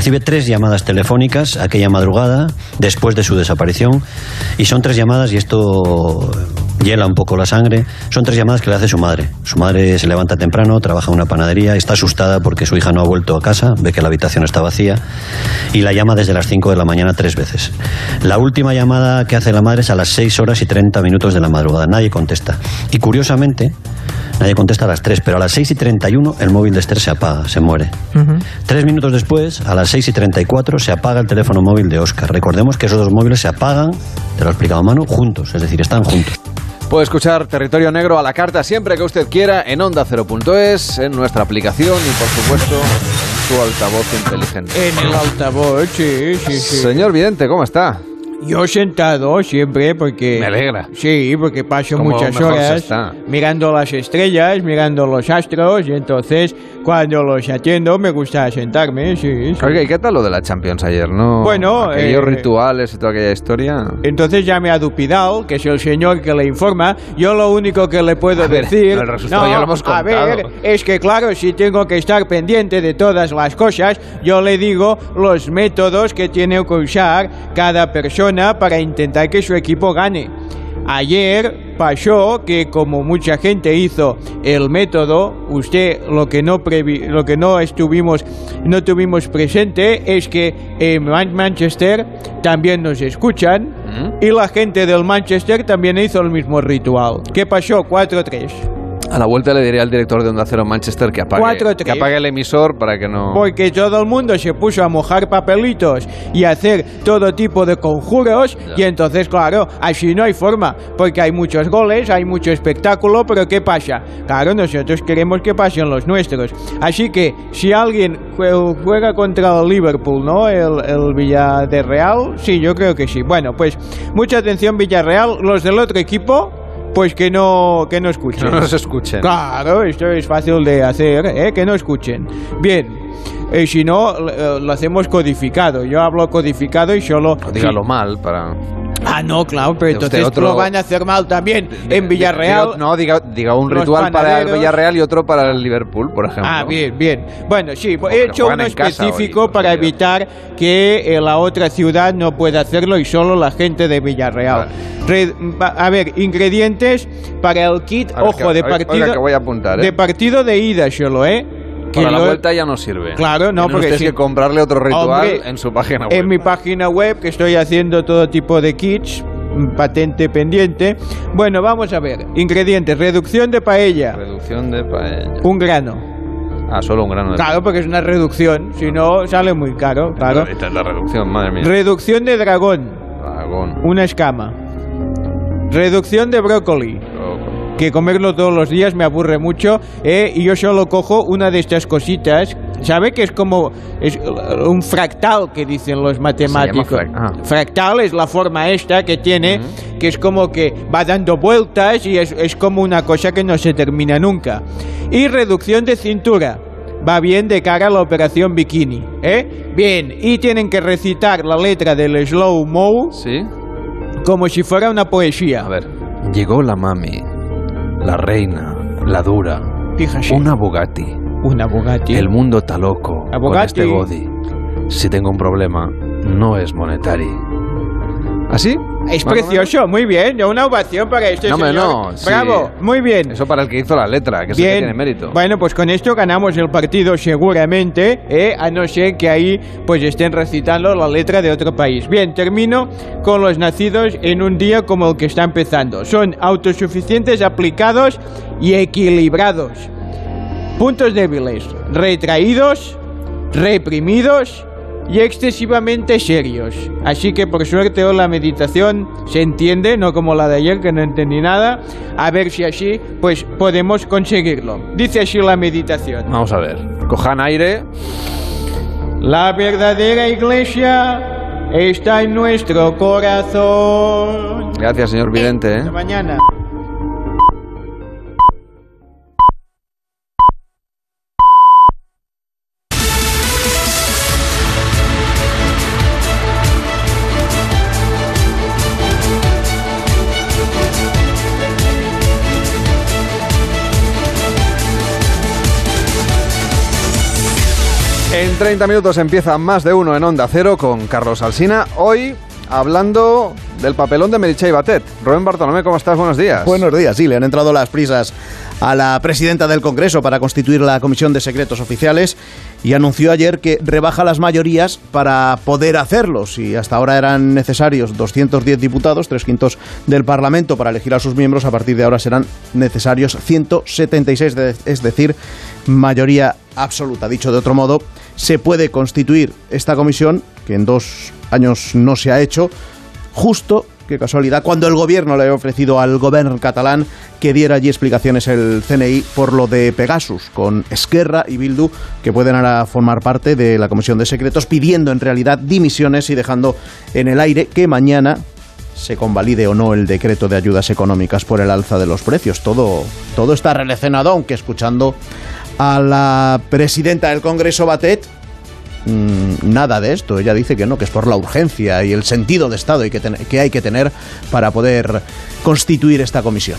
[SPEAKER 17] 3 llamadas telefónicas aquella madrugada, después de su desaparición, y son 3 llamadas, y esto hiela un poco la sangre, son 3 llamadas que le hace su madre. Su madre se levanta temprano, trabaja en una panadería, está asustada porque su hija no ha vuelto a casa, ve que la habitación está vacía, y la llama desde las 5 de la mañana 3 veces. La última llamada que hace la madre es a las 6 horas y 30 minutos de la madrugada. Nadie contesta. Y curiosamente, nadie contesta a las 3, pero a las 6 y 31 el móvil de Esther se apaga, se muere. 3 minutos después, a las 6 y 34, se apaga el teléfono móvil de Óscar. Recordemos que esos dos móviles se apagan, te lo ha explicado Manu, juntos, es decir, están juntos.
[SPEAKER 2] Puede escuchar Territorio Negro a la carta siempre que usted quiera en OndaCero.es, en nuestra aplicación y, por supuesto, en su altavoz inteligente.
[SPEAKER 4] En el altavoz, sí.
[SPEAKER 2] Señor Vidente, ¿cómo está?
[SPEAKER 4] Yo sentado siempre porque...
[SPEAKER 2] Me alegra.
[SPEAKER 4] Sí, porque paso muchas horas mirando las estrellas, mirando los astros, y entonces cuando los atiendo me gusta sentarme, sí.
[SPEAKER 2] Oiga, ¿y qué tal lo de la Champions ayer, no?
[SPEAKER 4] Bueno...
[SPEAKER 2] Aquellos rituales y toda aquella historia...
[SPEAKER 4] Entonces llame a Dupidal, que es el señor que le informa. Yo lo único que le puedo decir...
[SPEAKER 2] El resultado ya lo hemos contado.
[SPEAKER 4] A ver, es que claro, si tengo que estar pendiente de todas las cosas, yo le digo los métodos que tiene que usar cada persona para intentar que su equipo gane. Ayer pasó que, como mucha gente hizo el método, usted lo que no tuvimos presente es que en Manchester también nos escuchan y la gente del Manchester también hizo el mismo ritual. ¿Qué pasó? 4-3.
[SPEAKER 2] A la vuelta le diré al director de Onda Cero Manchester que apague el emisor para que no...
[SPEAKER 4] Porque todo el mundo se puso a mojar papelitos y a hacer todo tipo de conjuros, y entonces, claro, así no hay forma, porque hay muchos goles, hay mucho espectáculo, pero ¿qué pasa? Claro, nosotros queremos que pasen los nuestros. Así que, si alguien juega contra el Liverpool, ¿no? El Villarreal, sí, yo creo que sí. Bueno, pues, mucha atención, Villarreal, los del otro equipo... Pues que no escuchen.
[SPEAKER 2] Que no nos escuchen.
[SPEAKER 4] Claro, esto es fácil de hacer, que no escuchen. Bien, si no, lo hacemos codificado. Yo hablo codificado y solo...
[SPEAKER 2] Dígalo mal para...
[SPEAKER 4] Ah, no, claro, pero entonces lo van a hacer mal también en Villarreal.
[SPEAKER 2] Diga un ritual para el Villarreal y otro para el Liverpool, por ejemplo.
[SPEAKER 4] Ah, bien. Bueno, sí, he hecho uno específico para evitar que la otra ciudad no pueda hacerlo y solo la gente de Villarreal. A ver, ingredientes para el kit, de partido.
[SPEAKER 2] Que voy a apuntar,
[SPEAKER 4] de partido de ida solo,
[SPEAKER 2] Para la vuelta ya no sirve.
[SPEAKER 4] Claro, no, porque
[SPEAKER 2] usted que comprarle otro ritual en su página web.
[SPEAKER 4] En mi página web, que estoy haciendo todo tipo de kits, patente pendiente. Bueno, vamos a ver. Ingredientes: reducción de paella.
[SPEAKER 2] Reducción de paella.
[SPEAKER 4] Un grano.
[SPEAKER 2] Ah, solo un grano.
[SPEAKER 4] Claro, porque es una reducción. Si no, sale muy caro. Claro.
[SPEAKER 2] Esta es la reducción, madre mía.
[SPEAKER 4] Reducción de dragón. Una escama. Reducción de brócoli. Que comerlo todos los días me aburre mucho, y yo solo cojo una de estas cositas. ¿Sabe que es como un fractal que dicen los matemáticos? Fractal es la forma esta que tiene, que es como que va dando vueltas y es como una cosa que no se termina nunca. Y reducción de cintura. Va bien de cara a la operación bikini, Bien, y tienen que recitar la letra del slow mo,
[SPEAKER 2] ¿sí?
[SPEAKER 4] Como si fuera una poesía.
[SPEAKER 2] A ver, llegó la mami, la reina, la dura,
[SPEAKER 4] fíjate.
[SPEAKER 2] Una Bugatti. El mundo está loco con este body. Si tengo un problema, no es monetario. ¿Así?
[SPEAKER 4] Es precioso, muy bien. Una ovación para este señor.
[SPEAKER 2] Sí.
[SPEAKER 4] Bravo, muy bien.
[SPEAKER 2] Eso para el que hizo la letra, que es el que tiene mérito.
[SPEAKER 4] Bueno, pues con esto ganamos el partido seguramente, a no ser que ahí pues estén recitando la letra de otro país. Bien, termino con los nacidos en un día como el que está empezando. Son autosuficientes, aplicados y equilibrados. Puntos débiles: retraídos, reprimidos y excesivamente serios. Así que por suerte hoy la meditación se entiende, no como la de ayer que no entendí nada. A ver si así pues podemos conseguirlo. Dice así la meditación.
[SPEAKER 2] Vamos a ver, cojan aire.
[SPEAKER 4] La verdadera iglesia está en nuestro corazón.
[SPEAKER 2] Gracias, señor vidente.
[SPEAKER 4] Hasta mañana.
[SPEAKER 2] En 30 minutos empieza Más de Uno en Onda Cero con Carlos Alsina. Hoy hablando del papelón de Meritxell Batet. Rubén Bartolomé, ¿cómo estás? Buenos días.
[SPEAKER 18] Buenos días, sí, le han entrado las prisas a la presidenta del Congreso para constituir la Comisión de Secretos Oficiales y anunció ayer que rebaja las mayorías para poder hacerlos. Y hasta ahora eran necesarios 210 diputados, 3/5 del Parlamento para elegir a sus miembros. A partir de ahora serán necesarios 176, es decir, mayoría absoluta. Dicho de otro modo, se puede constituir esta comisión, que en 2 años no se ha hecho, justo, qué casualidad, cuando el gobierno le ha ofrecido al gobierno catalán que diera allí explicaciones el CNI por lo de Pegasus, con Esquerra y Bildu, que pueden ahora formar parte de la Comisión de Secretos, pidiendo en realidad dimisiones y dejando en el aire que mañana se convalide o no el decreto de ayudas económicas por el alza de los precios. Todo está relacionado, aunque escuchando a la presidenta del Congreso, Batet, nada de esto. Ella dice que no, que es por la urgencia y el sentido de Estado que hay que tener para poder constituir esta comisión.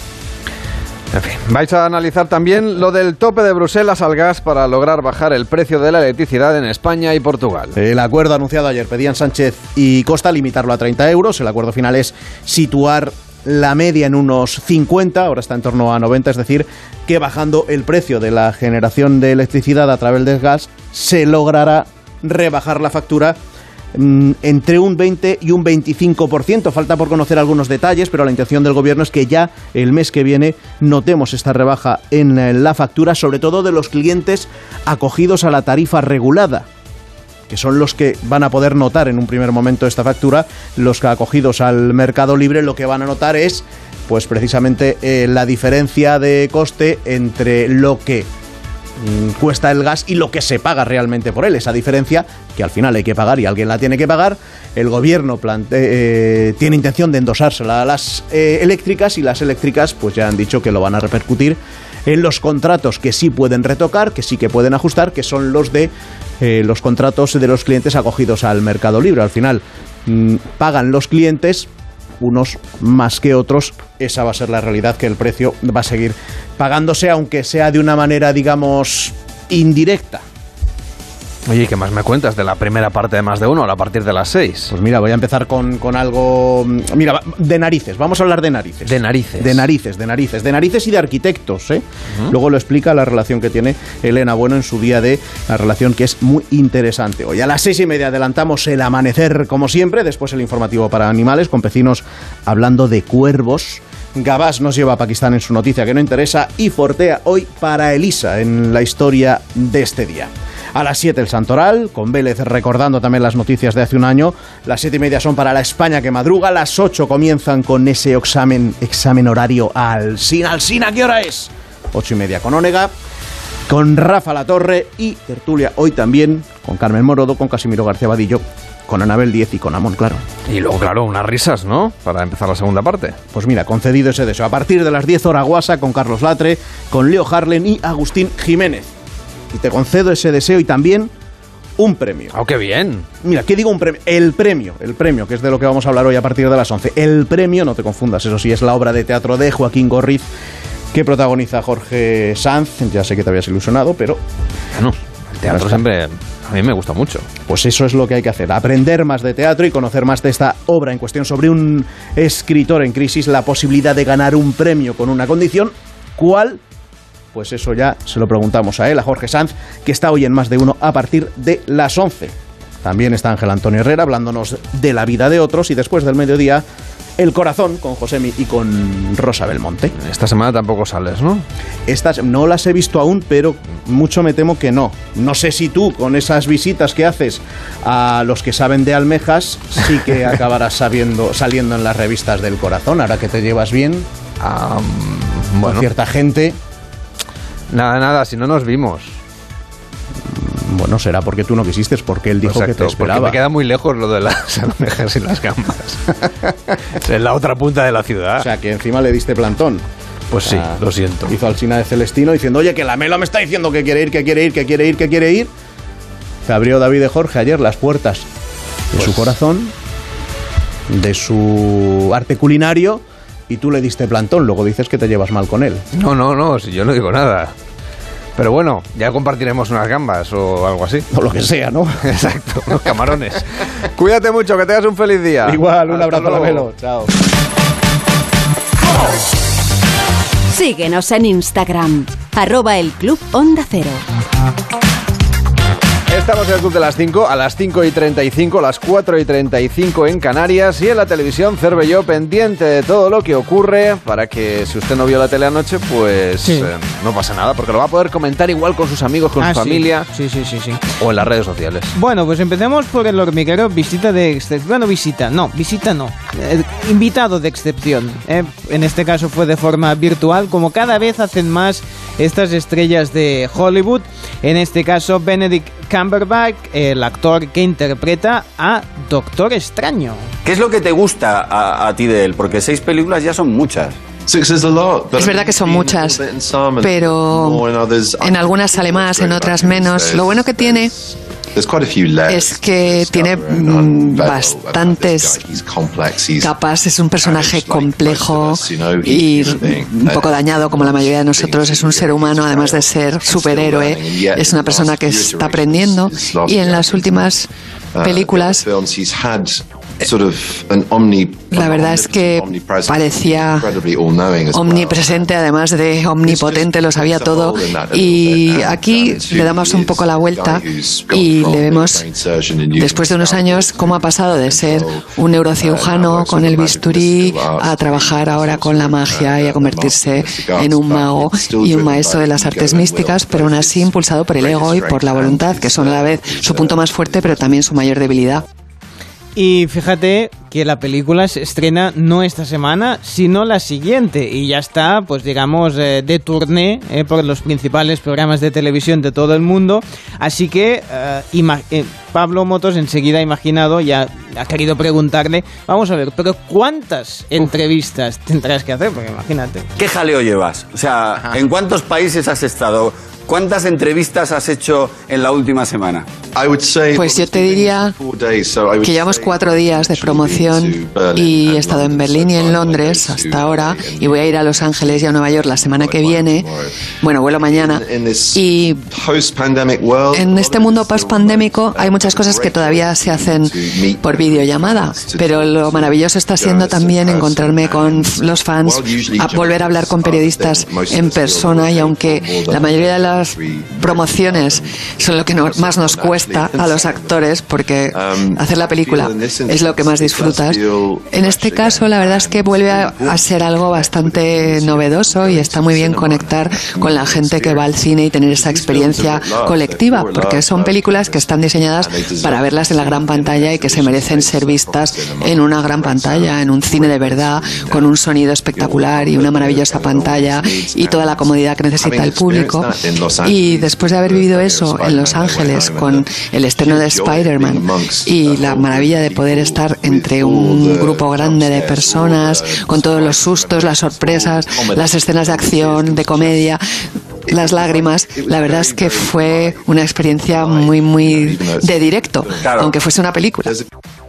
[SPEAKER 2] En fin, vais a analizar también lo del tope de Bruselas al gas para lograr bajar el precio de la electricidad en España y Portugal.
[SPEAKER 18] El acuerdo anunciado ayer, pedían Sánchez y Costa limitarlo a 30 euros. El acuerdo final es situar la media en unos 50, ahora está en torno a 90, es decir, que bajando el precio de la generación de electricidad a través del gas se logrará rebajar la factura entre un 20 y un 25%. Falta por conocer algunos detalles, pero la intención del gobierno es que ya el mes que viene notemos esta rebaja en la factura, sobre todo de los clientes acogidos a la tarifa regulada, que son los que van a poder notar en un primer momento esta factura. Los que acogidos al mercado libre lo que van a notar es pues precisamente la diferencia de coste entre lo que cuesta el gas y lo que se paga realmente por él. Esa diferencia que al final hay que pagar y alguien la tiene que pagar. El gobierno tiene intención de endosársela a las eléctricas, y las eléctricas pues ya han dicho que lo van a repercutir en los contratos que sí pueden retocar, que sí que pueden ajustar, que son los de los contratos de los clientes acogidos al mercado libre. Al final pagan los clientes, unos más que otros. Esa va a ser la realidad, que el precio va a seguir pagándose, aunque sea de una manera, digamos, indirecta.
[SPEAKER 2] Oye, ¿qué más me cuentas de la primera parte de Más de Uno a partir de las 6?
[SPEAKER 18] Pues mira, voy a empezar con algo... Mira, de narices, vamos a hablar de narices.
[SPEAKER 2] De narices.
[SPEAKER 18] De narices y de arquitectos, ¿eh? Luego lo explica la relación que tiene Elena Bueno en su día de la relación, que es muy interesante. Hoy a las 6:30 adelantamos el amanecer, como siempre, después el informativo para animales, con Pecinos hablando de cuervos. Gabás nos lleva a Pakistán en su noticia que no interesa, y Fortea hoy para Elisa en la historia de este día. A las 7 el Santoral, con Vélez recordando también las noticias de hace un año. Las 7:30 son para la España que madruga. Las 8 comienzan con ese examen horario Alsina. Alsina, ¿qué hora es? 8:30 con Onega, con Rafa Latorre, y tertulia hoy también con Carmen Morodo, con Casimiro García Vadillo, con Anabel Díez y con Amón, claro.
[SPEAKER 2] Y luego, claro, unas risas, ¿no? Para empezar la segunda parte.
[SPEAKER 18] Pues mira, concedido ese deseo. A partir de las 10 horas Guasa, con Carlos Latre, con Leo Harlen y Agustín Jiménez. Y te concedo ese deseo y también un premio.
[SPEAKER 2] ¡Oh, qué bien!
[SPEAKER 18] Mira, ¿qué digo un premio? El premio, que es de lo que vamos a hablar hoy a partir de las 11. El premio, no te confundas, eso sí, es la obra de teatro de Joaquín Gorriz, que protagoniza Jorge Sanz. Ya sé que te habías ilusionado, pero...
[SPEAKER 2] No, El teatro siempre a mí me gusta mucho.
[SPEAKER 18] Pues eso es lo que hay que hacer, aprender más de teatro y conocer más de esta obra en cuestión sobre un escritor en crisis, la posibilidad de ganar un premio con una condición. ¿Cuál? Pues eso ya se lo preguntamos a él, a Jorge Sanz, que está hoy en Más de Uno a partir de las 11. También está Ángel Antonio Herrera hablándonos de la vida de otros y después del mediodía El Corazón con Josemi y con Rosa Belmonte.
[SPEAKER 2] Esta semana tampoco sales, ¿no?
[SPEAKER 18] Estas no las he visto aún, pero mucho me temo que no. No sé si tú, con esas visitas que haces a los que saben de almejas, sí que acabarás saliendo en las revistas del Corazón, ahora que te llevas bien con cierta gente.
[SPEAKER 2] Nada, si no nos vimos.
[SPEAKER 18] Bueno, será porque tú no quisiste, porque él dijo que te esperaba.
[SPEAKER 2] Porque me queda muy lejos lo de las almejas y las gambas. Es en la otra punta de la ciudad.
[SPEAKER 18] O sea, que encima le diste plantón.
[SPEAKER 2] Pues sí, lo siento.
[SPEAKER 18] Hizo Alsina de Celestino diciendo, oye, que la Mela me está diciendo que quiere ir. Te abrió David de Jorge ayer las puertas de su corazón, de su arte culinario, y tú le diste plantón. Luego dices que te llevas mal con él.
[SPEAKER 2] No, si yo no digo nada. Pero bueno, ya compartiremos unas gambas o algo así.
[SPEAKER 18] O lo que sea, ¿no?
[SPEAKER 2] Exacto, unos camarones. Cuídate mucho, que tengas un feliz día.
[SPEAKER 18] Igual, un abrazo, Lamelo. Chao.
[SPEAKER 1] Síguenos en Instagram, @elclubOnda0.
[SPEAKER 2] Estamos en el Club de las 5, a las 5:35, a las 4:35 en Canarias, y en la televisión Cervelló pendiente de todo lo que ocurre, para que si usted no vio la tele anoche, pues no pasa nada, porque lo va a poder comentar igual con sus amigos, con su familia,
[SPEAKER 4] sí.
[SPEAKER 2] o en las redes sociales.
[SPEAKER 4] Bueno, pues empecemos por el hormiguero, visita de excepción. Bueno, visita no. Invitado de excepción. En este caso fue de forma virtual, como cada vez hacen más estas estrellas de Hollywood. En este caso, Benedict Cumberbatch, el actor que interpreta a Doctor Extraño.
[SPEAKER 19] ¿Qué es lo que te gusta a ti de él? Porque 6 películas ya son muchas.
[SPEAKER 20] Es verdad que son muchas, pero en algunas sale más, en otras menos. Lo bueno que tiene es que tiene bastantes capas, es un personaje complejo y un poco dañado como la mayoría de nosotros, es un ser humano, además de ser superhéroe, es una persona que está aprendiendo, y en las últimas películas la verdad es que parecía omnipresente, además de omnipotente, lo sabía todo, y aquí le damos un poco la vuelta y le vemos después de unos años cómo ha pasado de ser un neurocirujano con el bisturí a trabajar ahora con la magia y a convertirse en un mago y un maestro de las artes místicas, pero aún así impulsado por el ego y por la voluntad, que son a la vez su punto más fuerte pero también su mayor debilidad.
[SPEAKER 4] Y fíjate que la película se estrena no esta semana, sino la siguiente, y ya está, pues digamos, de tourné por los principales programas de televisión de todo el mundo. Así que Pablo Motos enseguida ha imaginado, ya ha querido preguntarle, vamos a ver, pero ¿cuántas entrevistas tendrás que hacer? Porque imagínate.
[SPEAKER 19] ¿Qué jaleo llevas? O sea, ¿en cuántos países has estado? ¿Cuántas entrevistas has hecho en la última semana?
[SPEAKER 20] Pues yo te diría que llevamos 4 días de promoción y he estado en Berlín y en Londres hasta ahora, y voy a ir a Los Ángeles y a Nueva York la semana que viene. Bueno, vuelo mañana. Y en este mundo post-pandémico hay muchas cosas que todavía se hacen por videollamada, pero lo maravilloso está siendo también encontrarme con los fans, a volver a hablar con periodistas en persona, y aunque la mayoría de las promociones son lo que más nos cuesta a los actores, porque hacer la película es lo que más disfrutas, en este caso la verdad es que vuelve a ser algo bastante novedoso, y está muy bien conectar con la gente que va al cine y tener esa experiencia colectiva, porque son películas que están diseñadas para verlas en la gran pantalla y que se merecen ser vistas en una gran pantalla, en un cine de verdad, con un sonido espectacular y una maravillosa pantalla y toda la comodidad que necesita el público. Y después de haber vivido eso en Los Ángeles con el estreno de Spider-Man y la maravilla de poder estar entre un grupo grande de personas, con todos los sustos, las sorpresas, las escenas de acción, de comedia, las lágrimas, la verdad es que fue una experiencia muy de directo, aunque fuese una película.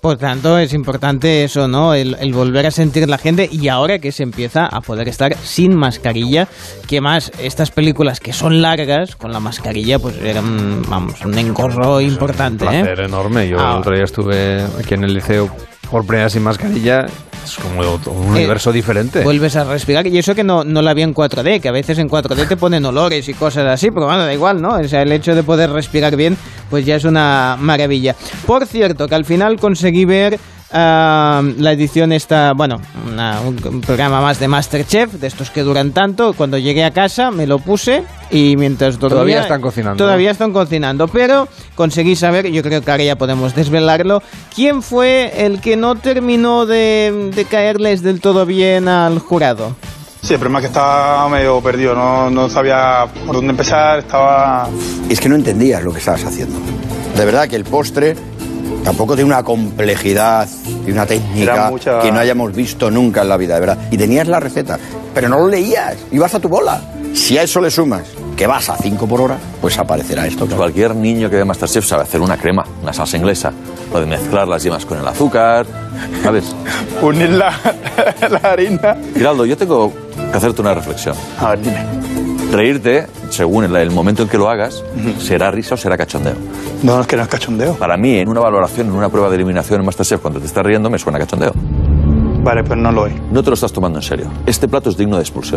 [SPEAKER 4] Por tanto, es importante eso, ¿no? El volver a sentir la gente, y ahora que se empieza a poder estar sin mascarilla, que más estas películas que son largas, con la mascarilla, pues eran, vamos, un engorro importante.
[SPEAKER 2] Un placer enorme. Yo el otro día estuve aquí en el liceo por primera vez sin mascarilla. Es como un universo diferente.
[SPEAKER 4] Vuelves a respirar, y eso que no la vi en 4D, que a veces en 4D te ponen olores y cosas así, pero bueno, da igual, ¿no? O sea, el hecho de poder respirar bien, pues ya es una maravilla. Por cierto, que al final conseguí ver la edición esta, bueno, un programa más de MasterChef, de estos que duran tanto. Cuando llegué a casa me lo puse y mientras dormía...
[SPEAKER 2] Todavía están cocinando.
[SPEAKER 4] Todavía están cocinando, pero conseguí saber, yo creo que ahora ya podemos desvelarlo, quién fue el que no terminó de caerles del todo bien al jurado.
[SPEAKER 21] Sí, el problema es que estaba medio perdido, no sabía por dónde empezar, estaba...
[SPEAKER 22] Es que no entendías lo que estabas haciendo. De verdad que el postre tampoco tiene una complejidad y una técnica que no hayamos visto nunca en la vida, de verdad. Y tenías la receta, pero no lo leías, ibas a tu bola. Si a eso le sumas que vas a 5 por hora, pues aparecerá esto. Claro.
[SPEAKER 23] Cualquier niño que ve MasterChef sabe hacer una crema, una salsa inglesa. Lo de mezclar las yemas con el azúcar, ¿sabes?
[SPEAKER 21] Unir la harina.
[SPEAKER 23] Giraldo, yo tengo que hacerte una reflexión.
[SPEAKER 21] A ver, dime.
[SPEAKER 23] Reírte, según el momento en que lo hagas, será risa o será cachondeo.
[SPEAKER 21] No, es que no es cachondeo.
[SPEAKER 23] Para mí, en una valoración, en una prueba de eliminación en MasterChef, cuando te estás riendo, me suena cachondeo.
[SPEAKER 21] Vale, pues no lo es.
[SPEAKER 23] No te lo estás tomando en serio. Este plato es digno de expulsión.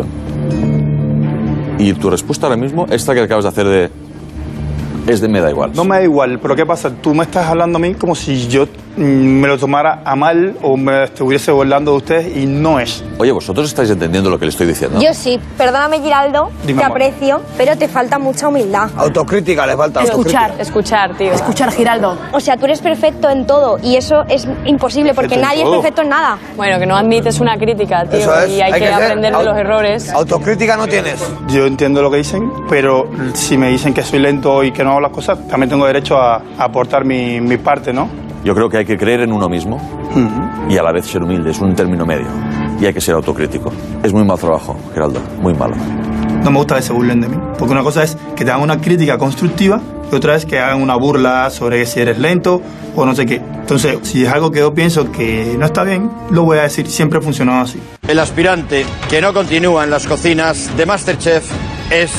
[SPEAKER 23] Y tu respuesta ahora mismo, esta que acabas de hacer es de me da igual.
[SPEAKER 21] No me da igual, pero ¿qué pasa? Tú me estás hablando a mí como si yo me lo tomara a mal o me estuviese burlando de ustedes, y no es.
[SPEAKER 23] Oye, ¿vosotros estáis entendiendo lo que le estoy diciendo?
[SPEAKER 24] Yo sí. Perdóname, Giraldo,
[SPEAKER 21] Dime,
[SPEAKER 24] te
[SPEAKER 21] amor.
[SPEAKER 24] aprecio, pero te falta mucha humildad.
[SPEAKER 22] Autocrítica, le falta
[SPEAKER 24] Escuchar, tío. Escuchar, Giraldo. O sea, tú eres perfecto en todo y eso es imposible porque
[SPEAKER 22] Perfecto en
[SPEAKER 24] nadie es
[SPEAKER 22] todo.
[SPEAKER 24] perfecto en nada.
[SPEAKER 25] Bueno, que no admites una crítica, tío,
[SPEAKER 22] Eso es,
[SPEAKER 25] y hay que
[SPEAKER 22] ser
[SPEAKER 25] aprender de los errores.
[SPEAKER 22] Autocrítica no tienes.
[SPEAKER 21] Yo entiendo lo que dicen, pero si me dicen que soy lento y que no hago las cosas, también tengo derecho a aportar mi parte, ¿no?
[SPEAKER 23] Yo creo que hay que creer en uno mismo y a la vez ser humilde. Es un término medio. Y hay que ser autocrítico. Es muy mal trabajo, Geraldo. Muy malo.
[SPEAKER 21] No me gusta que se burlen de mí. Porque una cosa es que te hagan una crítica constructiva y otra es que hagan una burla sobre si eres lento o no sé qué. Entonces, si es algo que yo pienso que no está bien, lo voy a decir. Siempre ha funcionado así.
[SPEAKER 22] El aspirante que no continúa en las cocinas de MasterChef es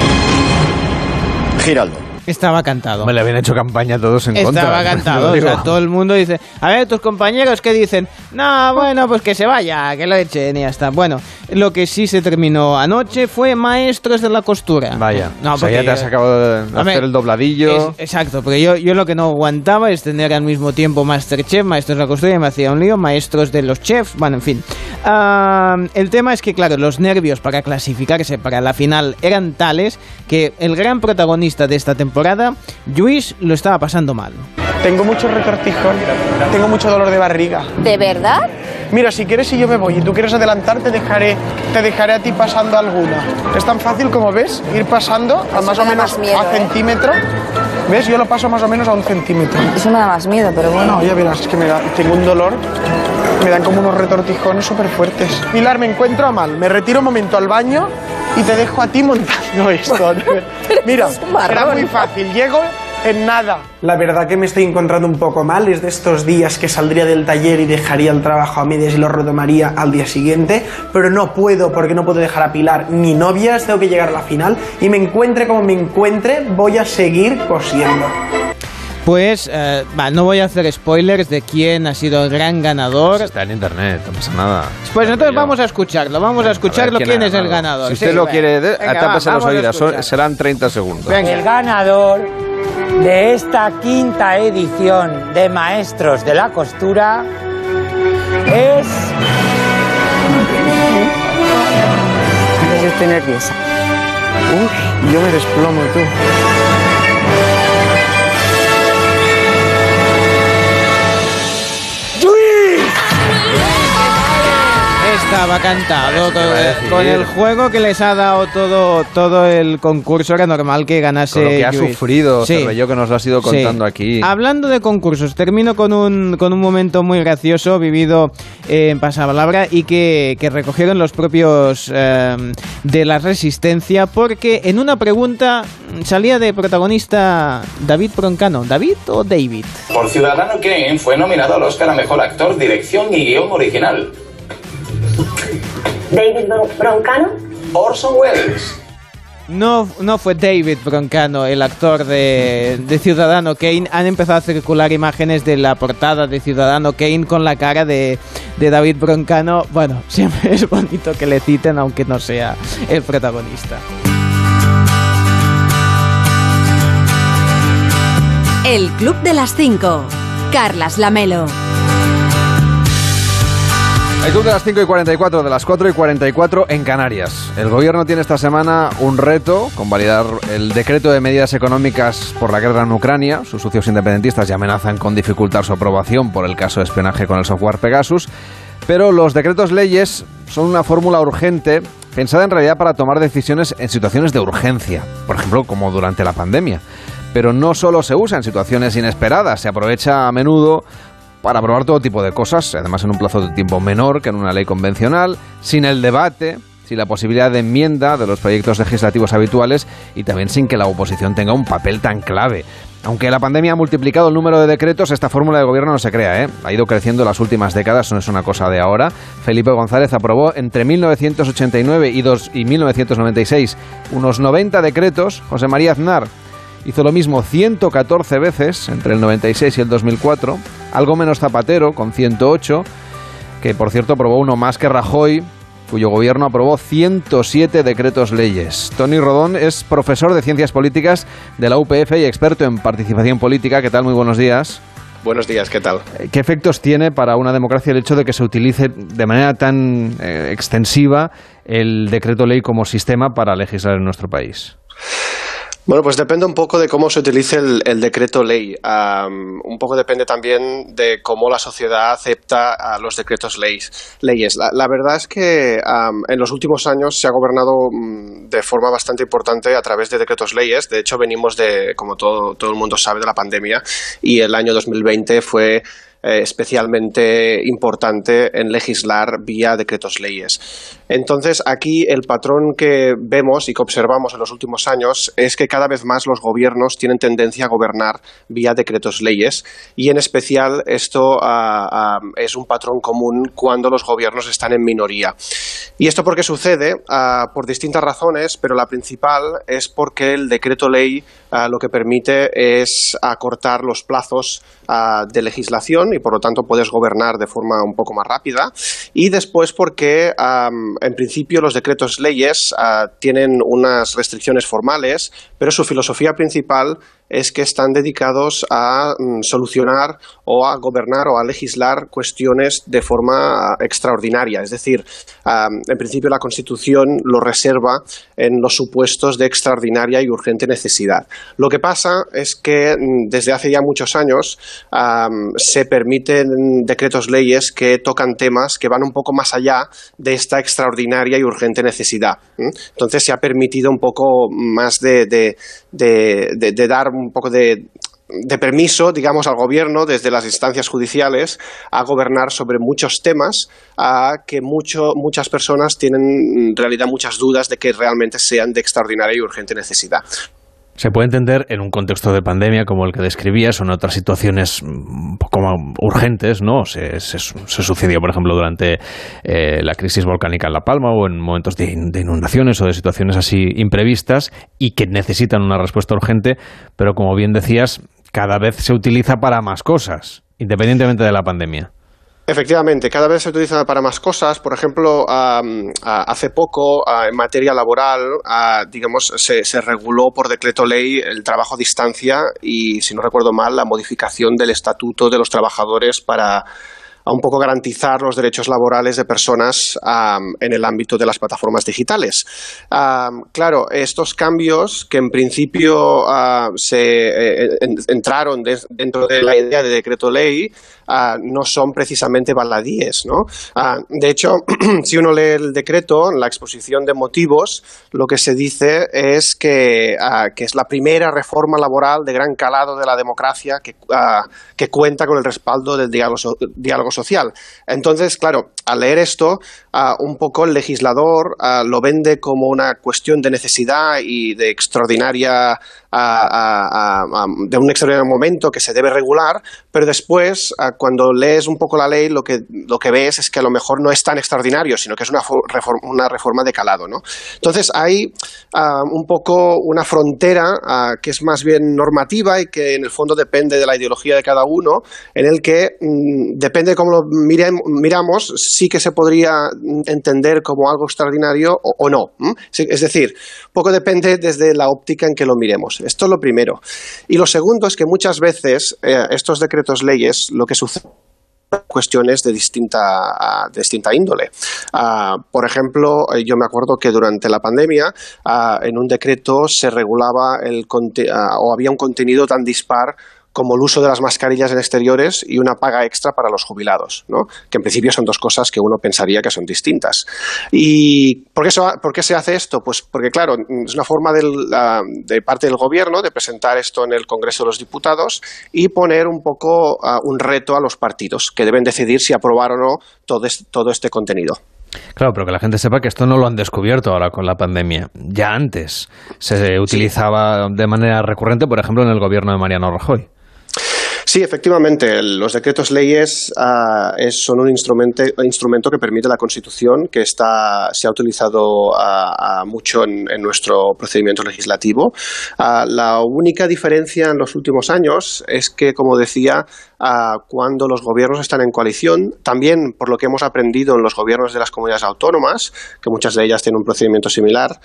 [SPEAKER 22] Giraldo.
[SPEAKER 4] Estaba cantado.
[SPEAKER 2] Me le habían hecho campaña todos en contra.
[SPEAKER 4] Estaba cantado, o sea, todo el mundo dice, a ver, tus compañeros que dicen, no, bueno, pues que se vaya, que lo echen y ya está. Bueno, lo que sí se terminó anoche fue Maestros de la Costura.
[SPEAKER 2] Vaya,
[SPEAKER 4] No,
[SPEAKER 2] o sea, ya
[SPEAKER 4] porque-
[SPEAKER 2] te has acabado de hacer el dobladillo.
[SPEAKER 4] Exacto, porque yo lo que no aguantaba es tener al mismo tiempo Masterchef, Maestros de la Costura, y me hacía un lío, Maestros de los Chefs, bueno, en fin. El tema es que, claro, los nervios para clasificarse para la final eran tales que el gran protagonista de esta temporada, Lluís, lo estaba pasando mal.
[SPEAKER 26] Tengo mucho retortijón, tengo mucho dolor de barriga.
[SPEAKER 24] ¿De verdad?
[SPEAKER 26] Mira, si quieres, si yo me voy y tú quieres adelantar, te dejaré a ti pasando alguna. Es tan fácil como ves, ir pasando a más o menos a centímetro. ¿Ves? Yo lo paso más o menos a 1 centímetro.
[SPEAKER 24] Eso me da más miedo, pero bueno.
[SPEAKER 26] No, ya verás, es que tengo un dolor, me dan como unos retortijones súper fuertes. Pilar, me encuentro mal, me retiro un momento al baño y te dejo a ti montando esto. Mira, será muy fácil, llego en nada. La verdad que me estoy encontrando un poco mal, es de estos días que saldría del taller y dejaría el trabajo a medias y lo retomaría al día siguiente, pero no puedo porque no puedo dejar a Pilar ni novias, tengo que llegar a la final y me encuentre como me encuentre, voy a seguir cosiendo.
[SPEAKER 4] Pues, no voy a hacer spoilers de quién ha sido el gran ganador.
[SPEAKER 2] Está en internet, no pasa nada.
[SPEAKER 4] Pues entonces vamos a escucharlo, quién es el ganador.
[SPEAKER 2] Si usted
[SPEAKER 4] Sí,
[SPEAKER 2] lo
[SPEAKER 4] bueno.
[SPEAKER 2] quiere,
[SPEAKER 4] Venga,
[SPEAKER 2] tápese los
[SPEAKER 4] vamos a
[SPEAKER 2] oídos,
[SPEAKER 4] escuchar.
[SPEAKER 2] serán 30 segundos.
[SPEAKER 27] El ganador de esta 5ª edición de Maestros de la Costura es...
[SPEAKER 24] Yo estoy nerviosa.
[SPEAKER 26] Uy, yo me desplomo, tú.
[SPEAKER 4] estaba cantado. Con el juego que les ha dado todo el concurso, era normal que ganase.
[SPEAKER 2] Con lo que ha
[SPEAKER 4] Lluís.
[SPEAKER 2] sufrido,
[SPEAKER 4] Sí.
[SPEAKER 2] Cervelló, que nos lo has ido contando aquí.
[SPEAKER 4] Hablando de concursos, termino con un momento muy gracioso vivido en Pasapalabra y que recogieron los propios de la Resistencia, porque en una pregunta salía de protagonista David Broncano. ¿David o David?
[SPEAKER 3] Por Ciudadano Kane fue nominado al Oscar a Mejor Actor, Dirección y Guión Original.
[SPEAKER 5] ¿David Broncano?
[SPEAKER 3] Orson Welles.
[SPEAKER 4] No fue David Broncano, el actor de Ciudadano Kane. Han empezado a circular imágenes de la portada de Ciudadano Kane con la cara de David Broncano. Bueno, siempre es bonito que le citen, aunque no sea el protagonista.
[SPEAKER 1] El Club de las 5. Carlas Lamelo.
[SPEAKER 2] El Club de las 5:44, de las 4:44 en Canarias. El gobierno tiene esta semana un reto: convalidar el decreto de medidas económicas por la guerra en Ucrania. Sus socios independentistas ya amenazan con dificultar su aprobación por el caso de espionaje con el software Pegasus. Pero los decretos leyes son una fórmula urgente pensada en realidad para tomar decisiones en situaciones de urgencia, por ejemplo, como durante la pandemia. Pero no solo se usa en situaciones inesperadas, se aprovecha a menudo para aprobar todo tipo de cosas, además en un plazo de tiempo menor que en una ley convencional, sin el debate, sin la posibilidad de enmienda de los proyectos legislativos habituales y también sin que la oposición tenga un papel tan clave. Aunque la pandemia ha multiplicado el número de decretos, esta fórmula de gobierno no se crea, ¿eh? Ha ido creciendo en las últimas décadas, no es una cosa de ahora. Felipe González aprobó entre 1989 y 1996 unos 90 decretos. José María Aznar hizo lo mismo 114 veces entre el 96 y el 2004, algo menos Zapatero, con 108, que por cierto aprobó uno más que Rajoy, cuyo gobierno aprobó 107 decretos leyes. Toni Rodón es profesor de Ciencias Políticas de la UPF y experto en participación política. ¿Qué tal? Muy buenos días.
[SPEAKER 6] Buenos días, ¿qué tal?
[SPEAKER 2] ¿Qué efectos tiene para una democracia el hecho de que se utilice de manera tan extensiva el decreto ley como sistema para legislar en nuestro país?
[SPEAKER 6] Bueno, pues depende un poco de cómo se utilice el decreto ley. Un poco depende también de cómo la sociedad acepta los decretos leyes. La verdad es que en los últimos años se ha gobernado de forma bastante importante a través de decretos leyes. De hecho, venimos de, como todo el mundo sabe, de la pandemia, y el año 2020 fue especialmente importante en legislar vía decretos leyes. Entonces, aquí el patrón que vemos y que observamos en los últimos años es que cada vez más los gobiernos tienen tendencia a gobernar vía decretos leyes, y en especial esto es un patrón común cuando los gobiernos están en minoría. ¿Y esto por qué sucede? Por distintas razones, pero la principal es porque el decreto ley lo que permite es acortar los plazos de legislación y por lo tanto puedes gobernar de forma un poco más rápida, y después porque en principio los decretos leyes tienen unas restricciones formales, pero su filosofía principal es que están dedicados a solucionar o a gobernar o a legislar cuestiones de forma extraordinaria. Es decir, en principio la Constitución lo reserva en los supuestos de extraordinaria y urgente necesidad. Lo que pasa es que desde hace ya muchos años se permiten decretos leyes que tocan temas que van un poco más allá de esta extraordinaria y urgente necesidad. Entonces se ha permitido un poco más de dar un poco de permiso, digamos, al gobierno desde las instancias judiciales a gobernar sobre muchos temas que muchas personas tienen en realidad muchas dudas de que realmente sean de extraordinaria y urgente necesidad.
[SPEAKER 2] Se puede entender en un contexto de pandemia como el que describías o en otras situaciones un poco más urgentes, ¿no? Se sucedió, por ejemplo, durante la crisis volcánica en La Palma o en momentos de inundaciones o de situaciones así imprevistas y que necesitan una respuesta urgente, pero como bien decías, cada vez se utiliza para más cosas, independientemente de la pandemia.
[SPEAKER 6] Efectivamente, cada vez se utiliza para más cosas. Por ejemplo, hace poco, en materia laboral, digamos, se reguló por decreto ley el trabajo a distancia y, si no recuerdo mal, la modificación del estatuto de los trabajadores para un poco garantizar los derechos laborales de personas en el ámbito de las plataformas digitales. Claro, estos cambios que en principio entraron dentro de la idea de decreto ley no son precisamente baladíes, ¿no? De hecho, si uno lee el decreto, en la exposición de motivos, lo que se dice es que es la primera reforma laboral de gran calado de la democracia que cuenta con el respaldo del diálogo social. Entonces, claro, al leer esto, un poco el legislador lo vende como una cuestión de necesidad y de extraordinaria de un extraordinario momento que se debe regular, pero después, cuando lees un poco la ley, lo que ves es que a lo mejor no es tan extraordinario, sino que es una reforma de calado, ¿no? Entonces hay un poco una frontera que es más bien normativa y que en el fondo depende de la ideología de cada uno, en el que depende de cómo lo miramos, sí que se podría entender como algo extraordinario o no. Es decir, poco depende desde la óptica en que lo miremos. Esto es lo primero. Y lo segundo es que muchas veces estos decretos leyes lo que sucede cuestiones de distinta índole. Por ejemplo, yo me acuerdo que durante la pandemia en un decreto se regulaba o había un contenido tan dispar como el uso de las mascarillas en exteriores y una paga extra para los jubilados, ¿no? Que en principio son dos cosas que uno pensaría que son distintas. ¿Y por qué se hace esto? Pues porque, claro, es una forma de parte del gobierno de presentar esto en el Congreso de los Diputados y poner un poco un reto a los partidos, que deben decidir si aprobar o no todo este contenido.
[SPEAKER 2] Claro, pero que la gente sepa que esto no lo han descubierto ahora con la pandemia. Ya antes se utilizaba de manera recurrente, por ejemplo, en el gobierno de Mariano Rajoy.
[SPEAKER 6] Sí, efectivamente, los decretos leyes son un instrumento que permite la Constitución, que se ha utilizado mucho en nuestro procedimiento legislativo. La única diferencia en los últimos años es que, como decía, cuando los gobiernos están en coalición, también por lo que hemos aprendido en los gobiernos de las comunidades autónomas, que muchas de ellas tienen un procedimiento similar,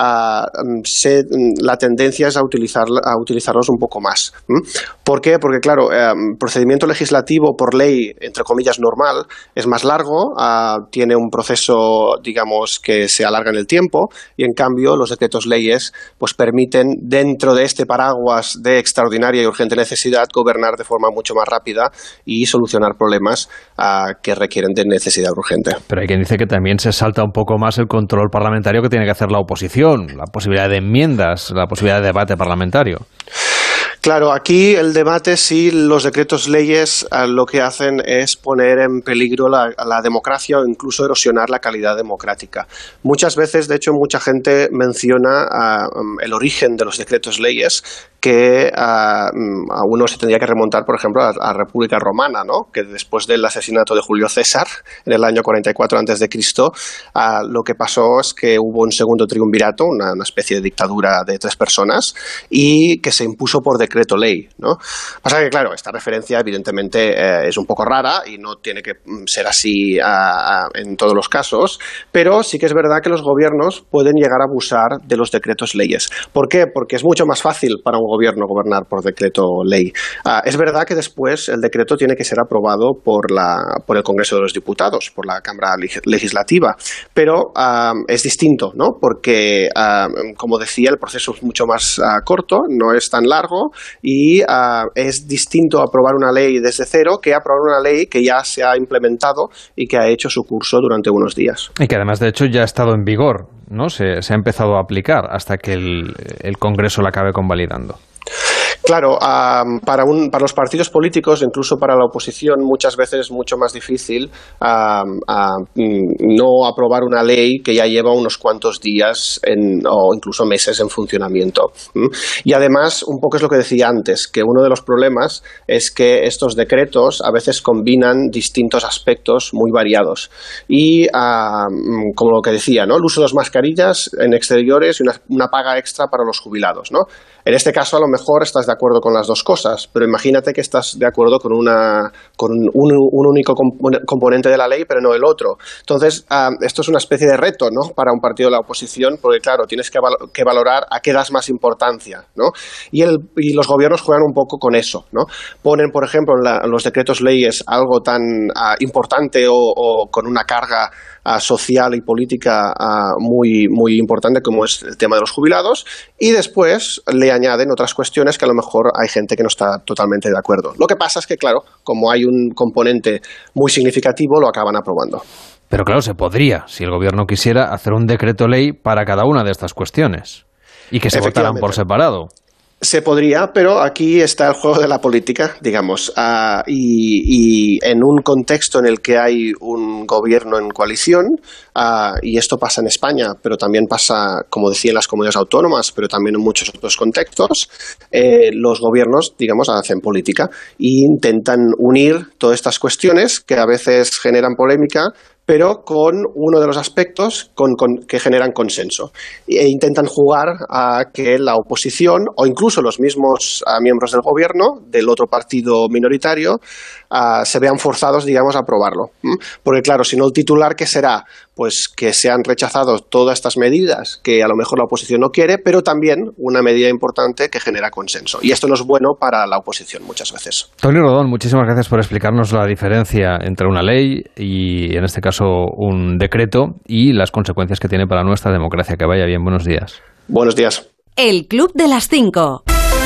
[SPEAKER 6] la tendencia es a utilizarlos un poco más. ¿Por qué? Porque, claro, procedimiento legislativo por ley, entre comillas, normal, es más largo, tiene un proceso, digamos, que se alarga en el tiempo, y en cambio los decretos leyes pues permiten, dentro de este paraguas de extraordinaria y urgente necesidad, gobernar de forma mucho más rápida y solucionar problemas que requieren de necesidad urgente.
[SPEAKER 2] Pero hay quien dice que también se salta un poco más el control parlamentario que tiene que hacer la oposición, la posibilidad de enmiendas, la posibilidad de debate parlamentario.
[SPEAKER 6] Claro, aquí el debate, sí, los decretos leyes lo que hacen es poner en peligro la democracia o incluso erosionar la calidad democrática. Muchas veces, de hecho, mucha gente menciona el origen de los decretos leyes, que a uno se tendría que remontar, por ejemplo, a la República Romana, ¿no? Que después del asesinato de Julio César, en el año 44 a.C., lo que pasó es que hubo un segundo triunvirato, una especie de dictadura de 3 personas, y que se impuso por decreto ley, ¿no? Pasa que, claro, esta referencia evidentemente es un poco rara y no tiene que ser así en todos los casos, pero sí que es verdad que los gobiernos pueden llegar a abusar de los decretos leyes. ¿Por qué? Porque es mucho más fácil para un gobierno gobernar por decreto ley. Es verdad que después el decreto tiene que ser aprobado por el Congreso de los Diputados, por la Cámara Legislativa, pero es distinto, ¿no? Porque, como decía, el proceso es mucho más corto, no es tan largo y es distinto aprobar una ley desde cero que aprobar una ley que ya se ha implementado y que ha hecho su curso durante unos días. Y que además, de hecho, ya ha estado en vigor, ¿no? Se ha empezado a aplicar hasta que el Congreso la acabe convalidando. Claro, para los partidos políticos, incluso para la oposición, muchas veces es mucho más difícil no aprobar una ley que ya lleva unos cuantos días o incluso meses en funcionamiento. Y además, un poco es lo que decía antes, que uno de los problemas es que estos decretos a veces combinan distintos aspectos muy variados. Y, como lo que decía, ¿no? El uso de las mascarillas en exteriores y una paga extra para los jubilados, ¿no? En este caso, a lo mejor estás de acuerdo con las dos cosas, pero imagínate que estás de acuerdo con un único componente de la ley, pero no el otro. Entonces, esto es una especie de reto, ¿no?, para un partido de la oposición, porque claro, tienes que valorar a qué das más importancia, ¿no? Y los gobiernos juegan un poco con eso, ¿no? Ponen, por ejemplo, en los decretos leyes algo tan importante o con una carga social y política muy, muy importante como es el tema de los jubilados, y después le añaden otras cuestiones que a lo mejor hay gente que no está totalmente de acuerdo. Lo que pasa es que, claro, como hay un componente muy significativo, lo acaban aprobando.
[SPEAKER 2] Pero claro, se podría, si el gobierno quisiera, hacer un decreto ley para cada una de estas cuestiones y que se votaran por separado.
[SPEAKER 6] Se podría, pero aquí está el juego de la política, digamos, y en un contexto en el que hay un gobierno en coalición, y esto pasa en España, pero también pasa, como decía, en las comunidades autónomas, pero también en muchos otros contextos, los gobiernos, digamos, hacen política e intentan unir todas estas cuestiones que a veces generan polémica, pero con uno de los aspectos que generan consenso. E intentan jugar a que la oposición o incluso los mismos miembros del gobierno, del otro partido minoritario, se vean forzados, digamos, a aprobarlo. Porque claro, si no, el titular, ¿qué será? Pues que se han rechazado todas estas medidas que a lo mejor la oposición no quiere, pero también una medida importante que genera consenso. Y esto no es bueno para la oposición muchas veces.
[SPEAKER 2] Toni Rodón, muchísimas gracias por explicarnos la diferencia entre una ley y, en este caso, un decreto y las consecuencias que tiene para nuestra democracia. Que vaya bien, buenos días.
[SPEAKER 6] Buenos días.
[SPEAKER 1] El Club de las 5.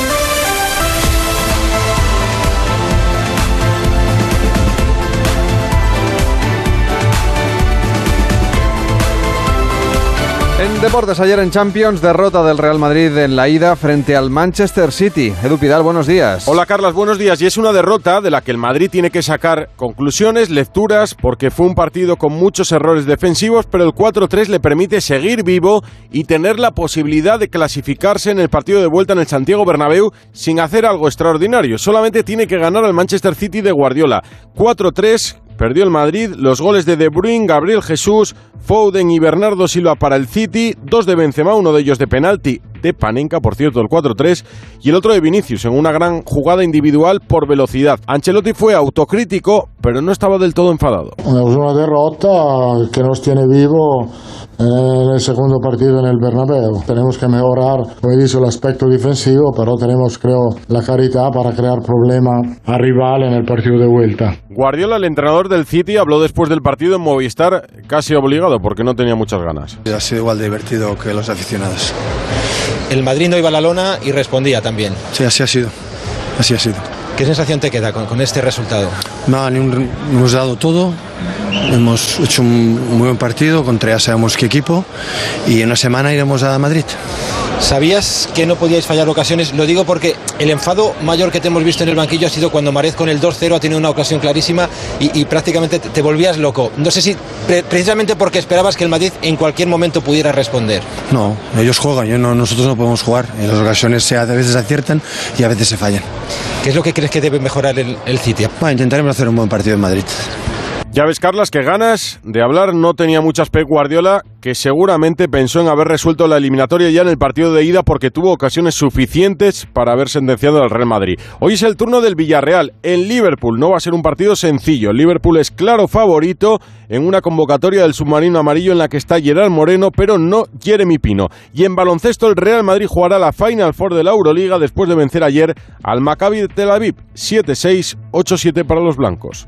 [SPEAKER 2] En deportes, ayer en Champions, derrota del Real Madrid en la ida frente al Manchester City. Edu Pidal, buenos días.
[SPEAKER 5] Hola, Carlas, buenos días. Y es una derrota de la que el Madrid tiene que sacar conclusiones, lecturas, porque fue un partido con muchos errores defensivos, pero el 4-3 le permite seguir vivo y tener la posibilidad de clasificarse en el partido de vuelta en el Santiago Bernabéu sin hacer algo extraordinario. Solamente tiene que ganar al Manchester City de Guardiola. 4-3. Perdió el Madrid, los goles de De Bruyne, Gabriel Jesús, Foden y Bernardo Silva para el City, 2 de Benzema, uno de ellos de penalti de Panenka, por cierto, el 4-3, y el otro de Vinicius, en una gran jugada individual por velocidad. Ancelotti fue autocrítico, pero no estaba del todo enfadado.
[SPEAKER 7] Es una derrota que nos tiene vivo en el segundo partido en el Bernabéu. Tenemos que mejorar, como he dicho, el aspecto defensivo, pero tenemos, creo, la calidad para crear problemas al rival en el partido de vuelta.
[SPEAKER 5] Guardiola, el entrenador del City, habló después del partido en Movistar, casi obligado, porque no tenía muchas ganas.
[SPEAKER 8] Ha sido igual de divertido que los aficionados.
[SPEAKER 9] El Madrid no iba a la lona y respondía también.
[SPEAKER 8] Sí, así ha sido. Así ha sido.
[SPEAKER 9] ¿Qué sensación te queda con este resultado?
[SPEAKER 8] Nada, hemos dado todo, hemos hecho un muy buen partido contra ya sabemos qué equipo y en una semana iremos a Madrid.
[SPEAKER 9] ¿Sabías que no podíais fallar ocasiones? Lo digo porque el enfado mayor que te hemos visto en el banquillo ha sido cuando Mahrez con el 2-0 ha tenido una ocasión clarísima y prácticamente te volvías loco. No sé si precisamente porque esperabas que el Madrid en cualquier momento pudiera responder.
[SPEAKER 8] No, ellos juegan, nosotros no podemos jugar. En las ocasiones a veces aciertan y a veces se fallan.
[SPEAKER 9] ¿Qué es lo que crees que debe mejorar el City?
[SPEAKER 8] Bueno, intentaremos hacer un buen partido en Madrid.
[SPEAKER 5] Ya ves, Carlas, que ganas de hablar no tenía muchas Pep Guardiola, que seguramente pensó en haber resuelto la eliminatoria ya en el partido de ida porque tuvo ocasiones suficientes para haber sentenciado al Real Madrid. Hoy es el turno del Villarreal en Liverpool. No va a ser un partido sencillo. El Liverpool es claro favorito en una convocatoria del submarino amarillo en la que está Gerard Moreno, pero no Jeremy Pino. Y en baloncesto el Real Madrid jugará la Final Four de la Euroliga después de vencer ayer al Maccabi de Tel Aviv. 7-6, 8-7 para los blancos.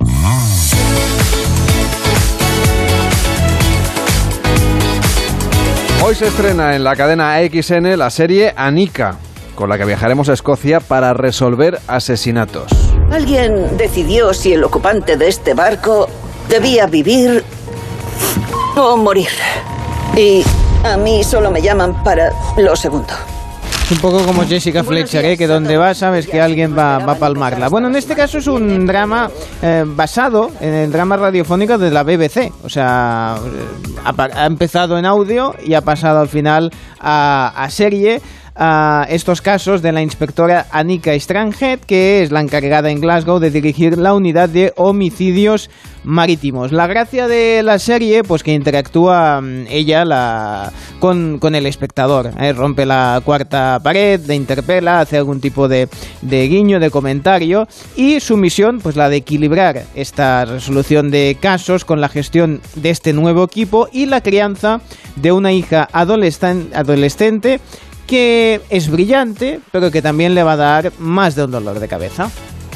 [SPEAKER 2] Hoy se estrena en la cadena AXN la serie Anika, con la que viajaremos a Escocia para resolver asesinatos.
[SPEAKER 10] Alguien decidió si el ocupante de este barco debía vivir o morir. Y a mí solo me llaman para lo segundo.
[SPEAKER 4] Un poco como Jessica Fletcher, que donde va sabes que alguien va a palmarla. Bueno, en este caso es un drama basado en el drama radiofónico de la BBC. O sea, ha empezado en audio y ha pasado al final a serie. estos casos de la inspectora Annika Stranghead, que es la encargada en Glasgow de dirigir la unidad de homicidios marítimos. La gracia de la serie, pues que interactúa ella con el espectador, rompe la cuarta pared, le interpela, hace algún tipo de guiño, de comentario, y su misión, pues la de equilibrar esta resolución de casos con la gestión de este nuevo equipo y la crianza de una hija adolescente que es brillante, pero que también le va a dar más de un dolor de cabeza.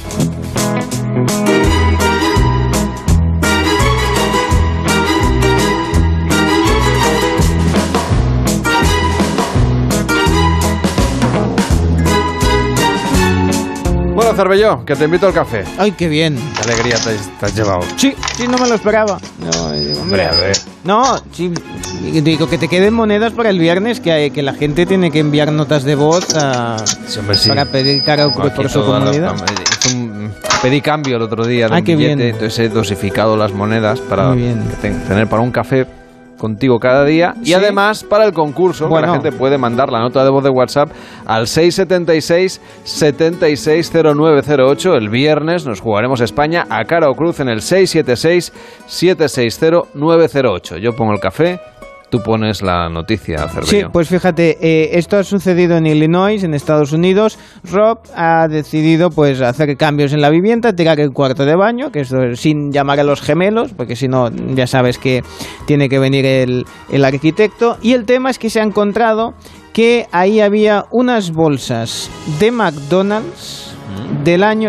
[SPEAKER 2] Bueno, Cervelló, que te invito al café.
[SPEAKER 4] ¡Ay, qué bien!
[SPEAKER 2] Qué alegría te has llevado.
[SPEAKER 4] Sí, no me lo esperaba. No, digo,
[SPEAKER 2] hombre, a ver.
[SPEAKER 4] No, sí, digo que te queden monedas para el viernes, que la gente tiene que enviar notas de voz para pedir karaoke por su comunidad.
[SPEAKER 2] Pedí cambio el otro día de un billete, bien. Entonces he dosificado las monedas para tener para un café contigo cada día y además para el concurso, que la gente puede mandar la nota de voz de WhatsApp al 676 760908. El viernes nos jugaremos España a cara o cruz en el 676 760908. Yo pongo el café, tú pones la noticia, Cervelló.
[SPEAKER 4] Sí, pues fíjate, esto ha sucedido en Illinois, en Estados Unidos. Rob ha decidido pues hacer cambios en la vivienda, tirar el cuarto de baño, que es sin llamar a los gemelos, porque si no ya sabes que tiene que venir el arquitecto. Y el tema es que se ha encontrado que ahí había unas bolsas de McDonald's del año,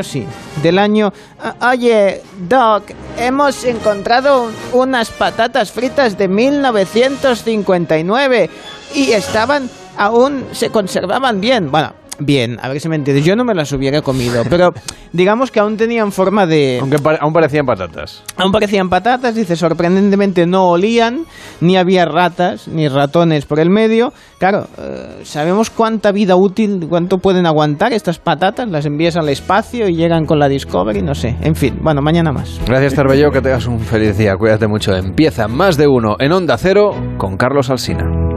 [SPEAKER 4] oye, Doc, hemos encontrado unas patatas fritas de 1959 y se conservaban bien. Bueno, bien, a ver si me entiendes. Yo no me las hubiera comido, pero digamos que aún tenían forma de...
[SPEAKER 2] Aunque aún parecían patatas.
[SPEAKER 4] Aún parecían patatas, dice, sorprendentemente no olían, ni había ratas, ni ratones por el medio. Claro, ¿sabemos cuánta vida útil, cuánto pueden aguantar estas patatas? Las envías al espacio y llegan con la Discovery, no sé. En fin, bueno, mañana más.
[SPEAKER 2] Gracias, Cervelló, que tengas un feliz día. Cuídate mucho. Empieza Más de Uno en Onda Cero con Carlos Alsina.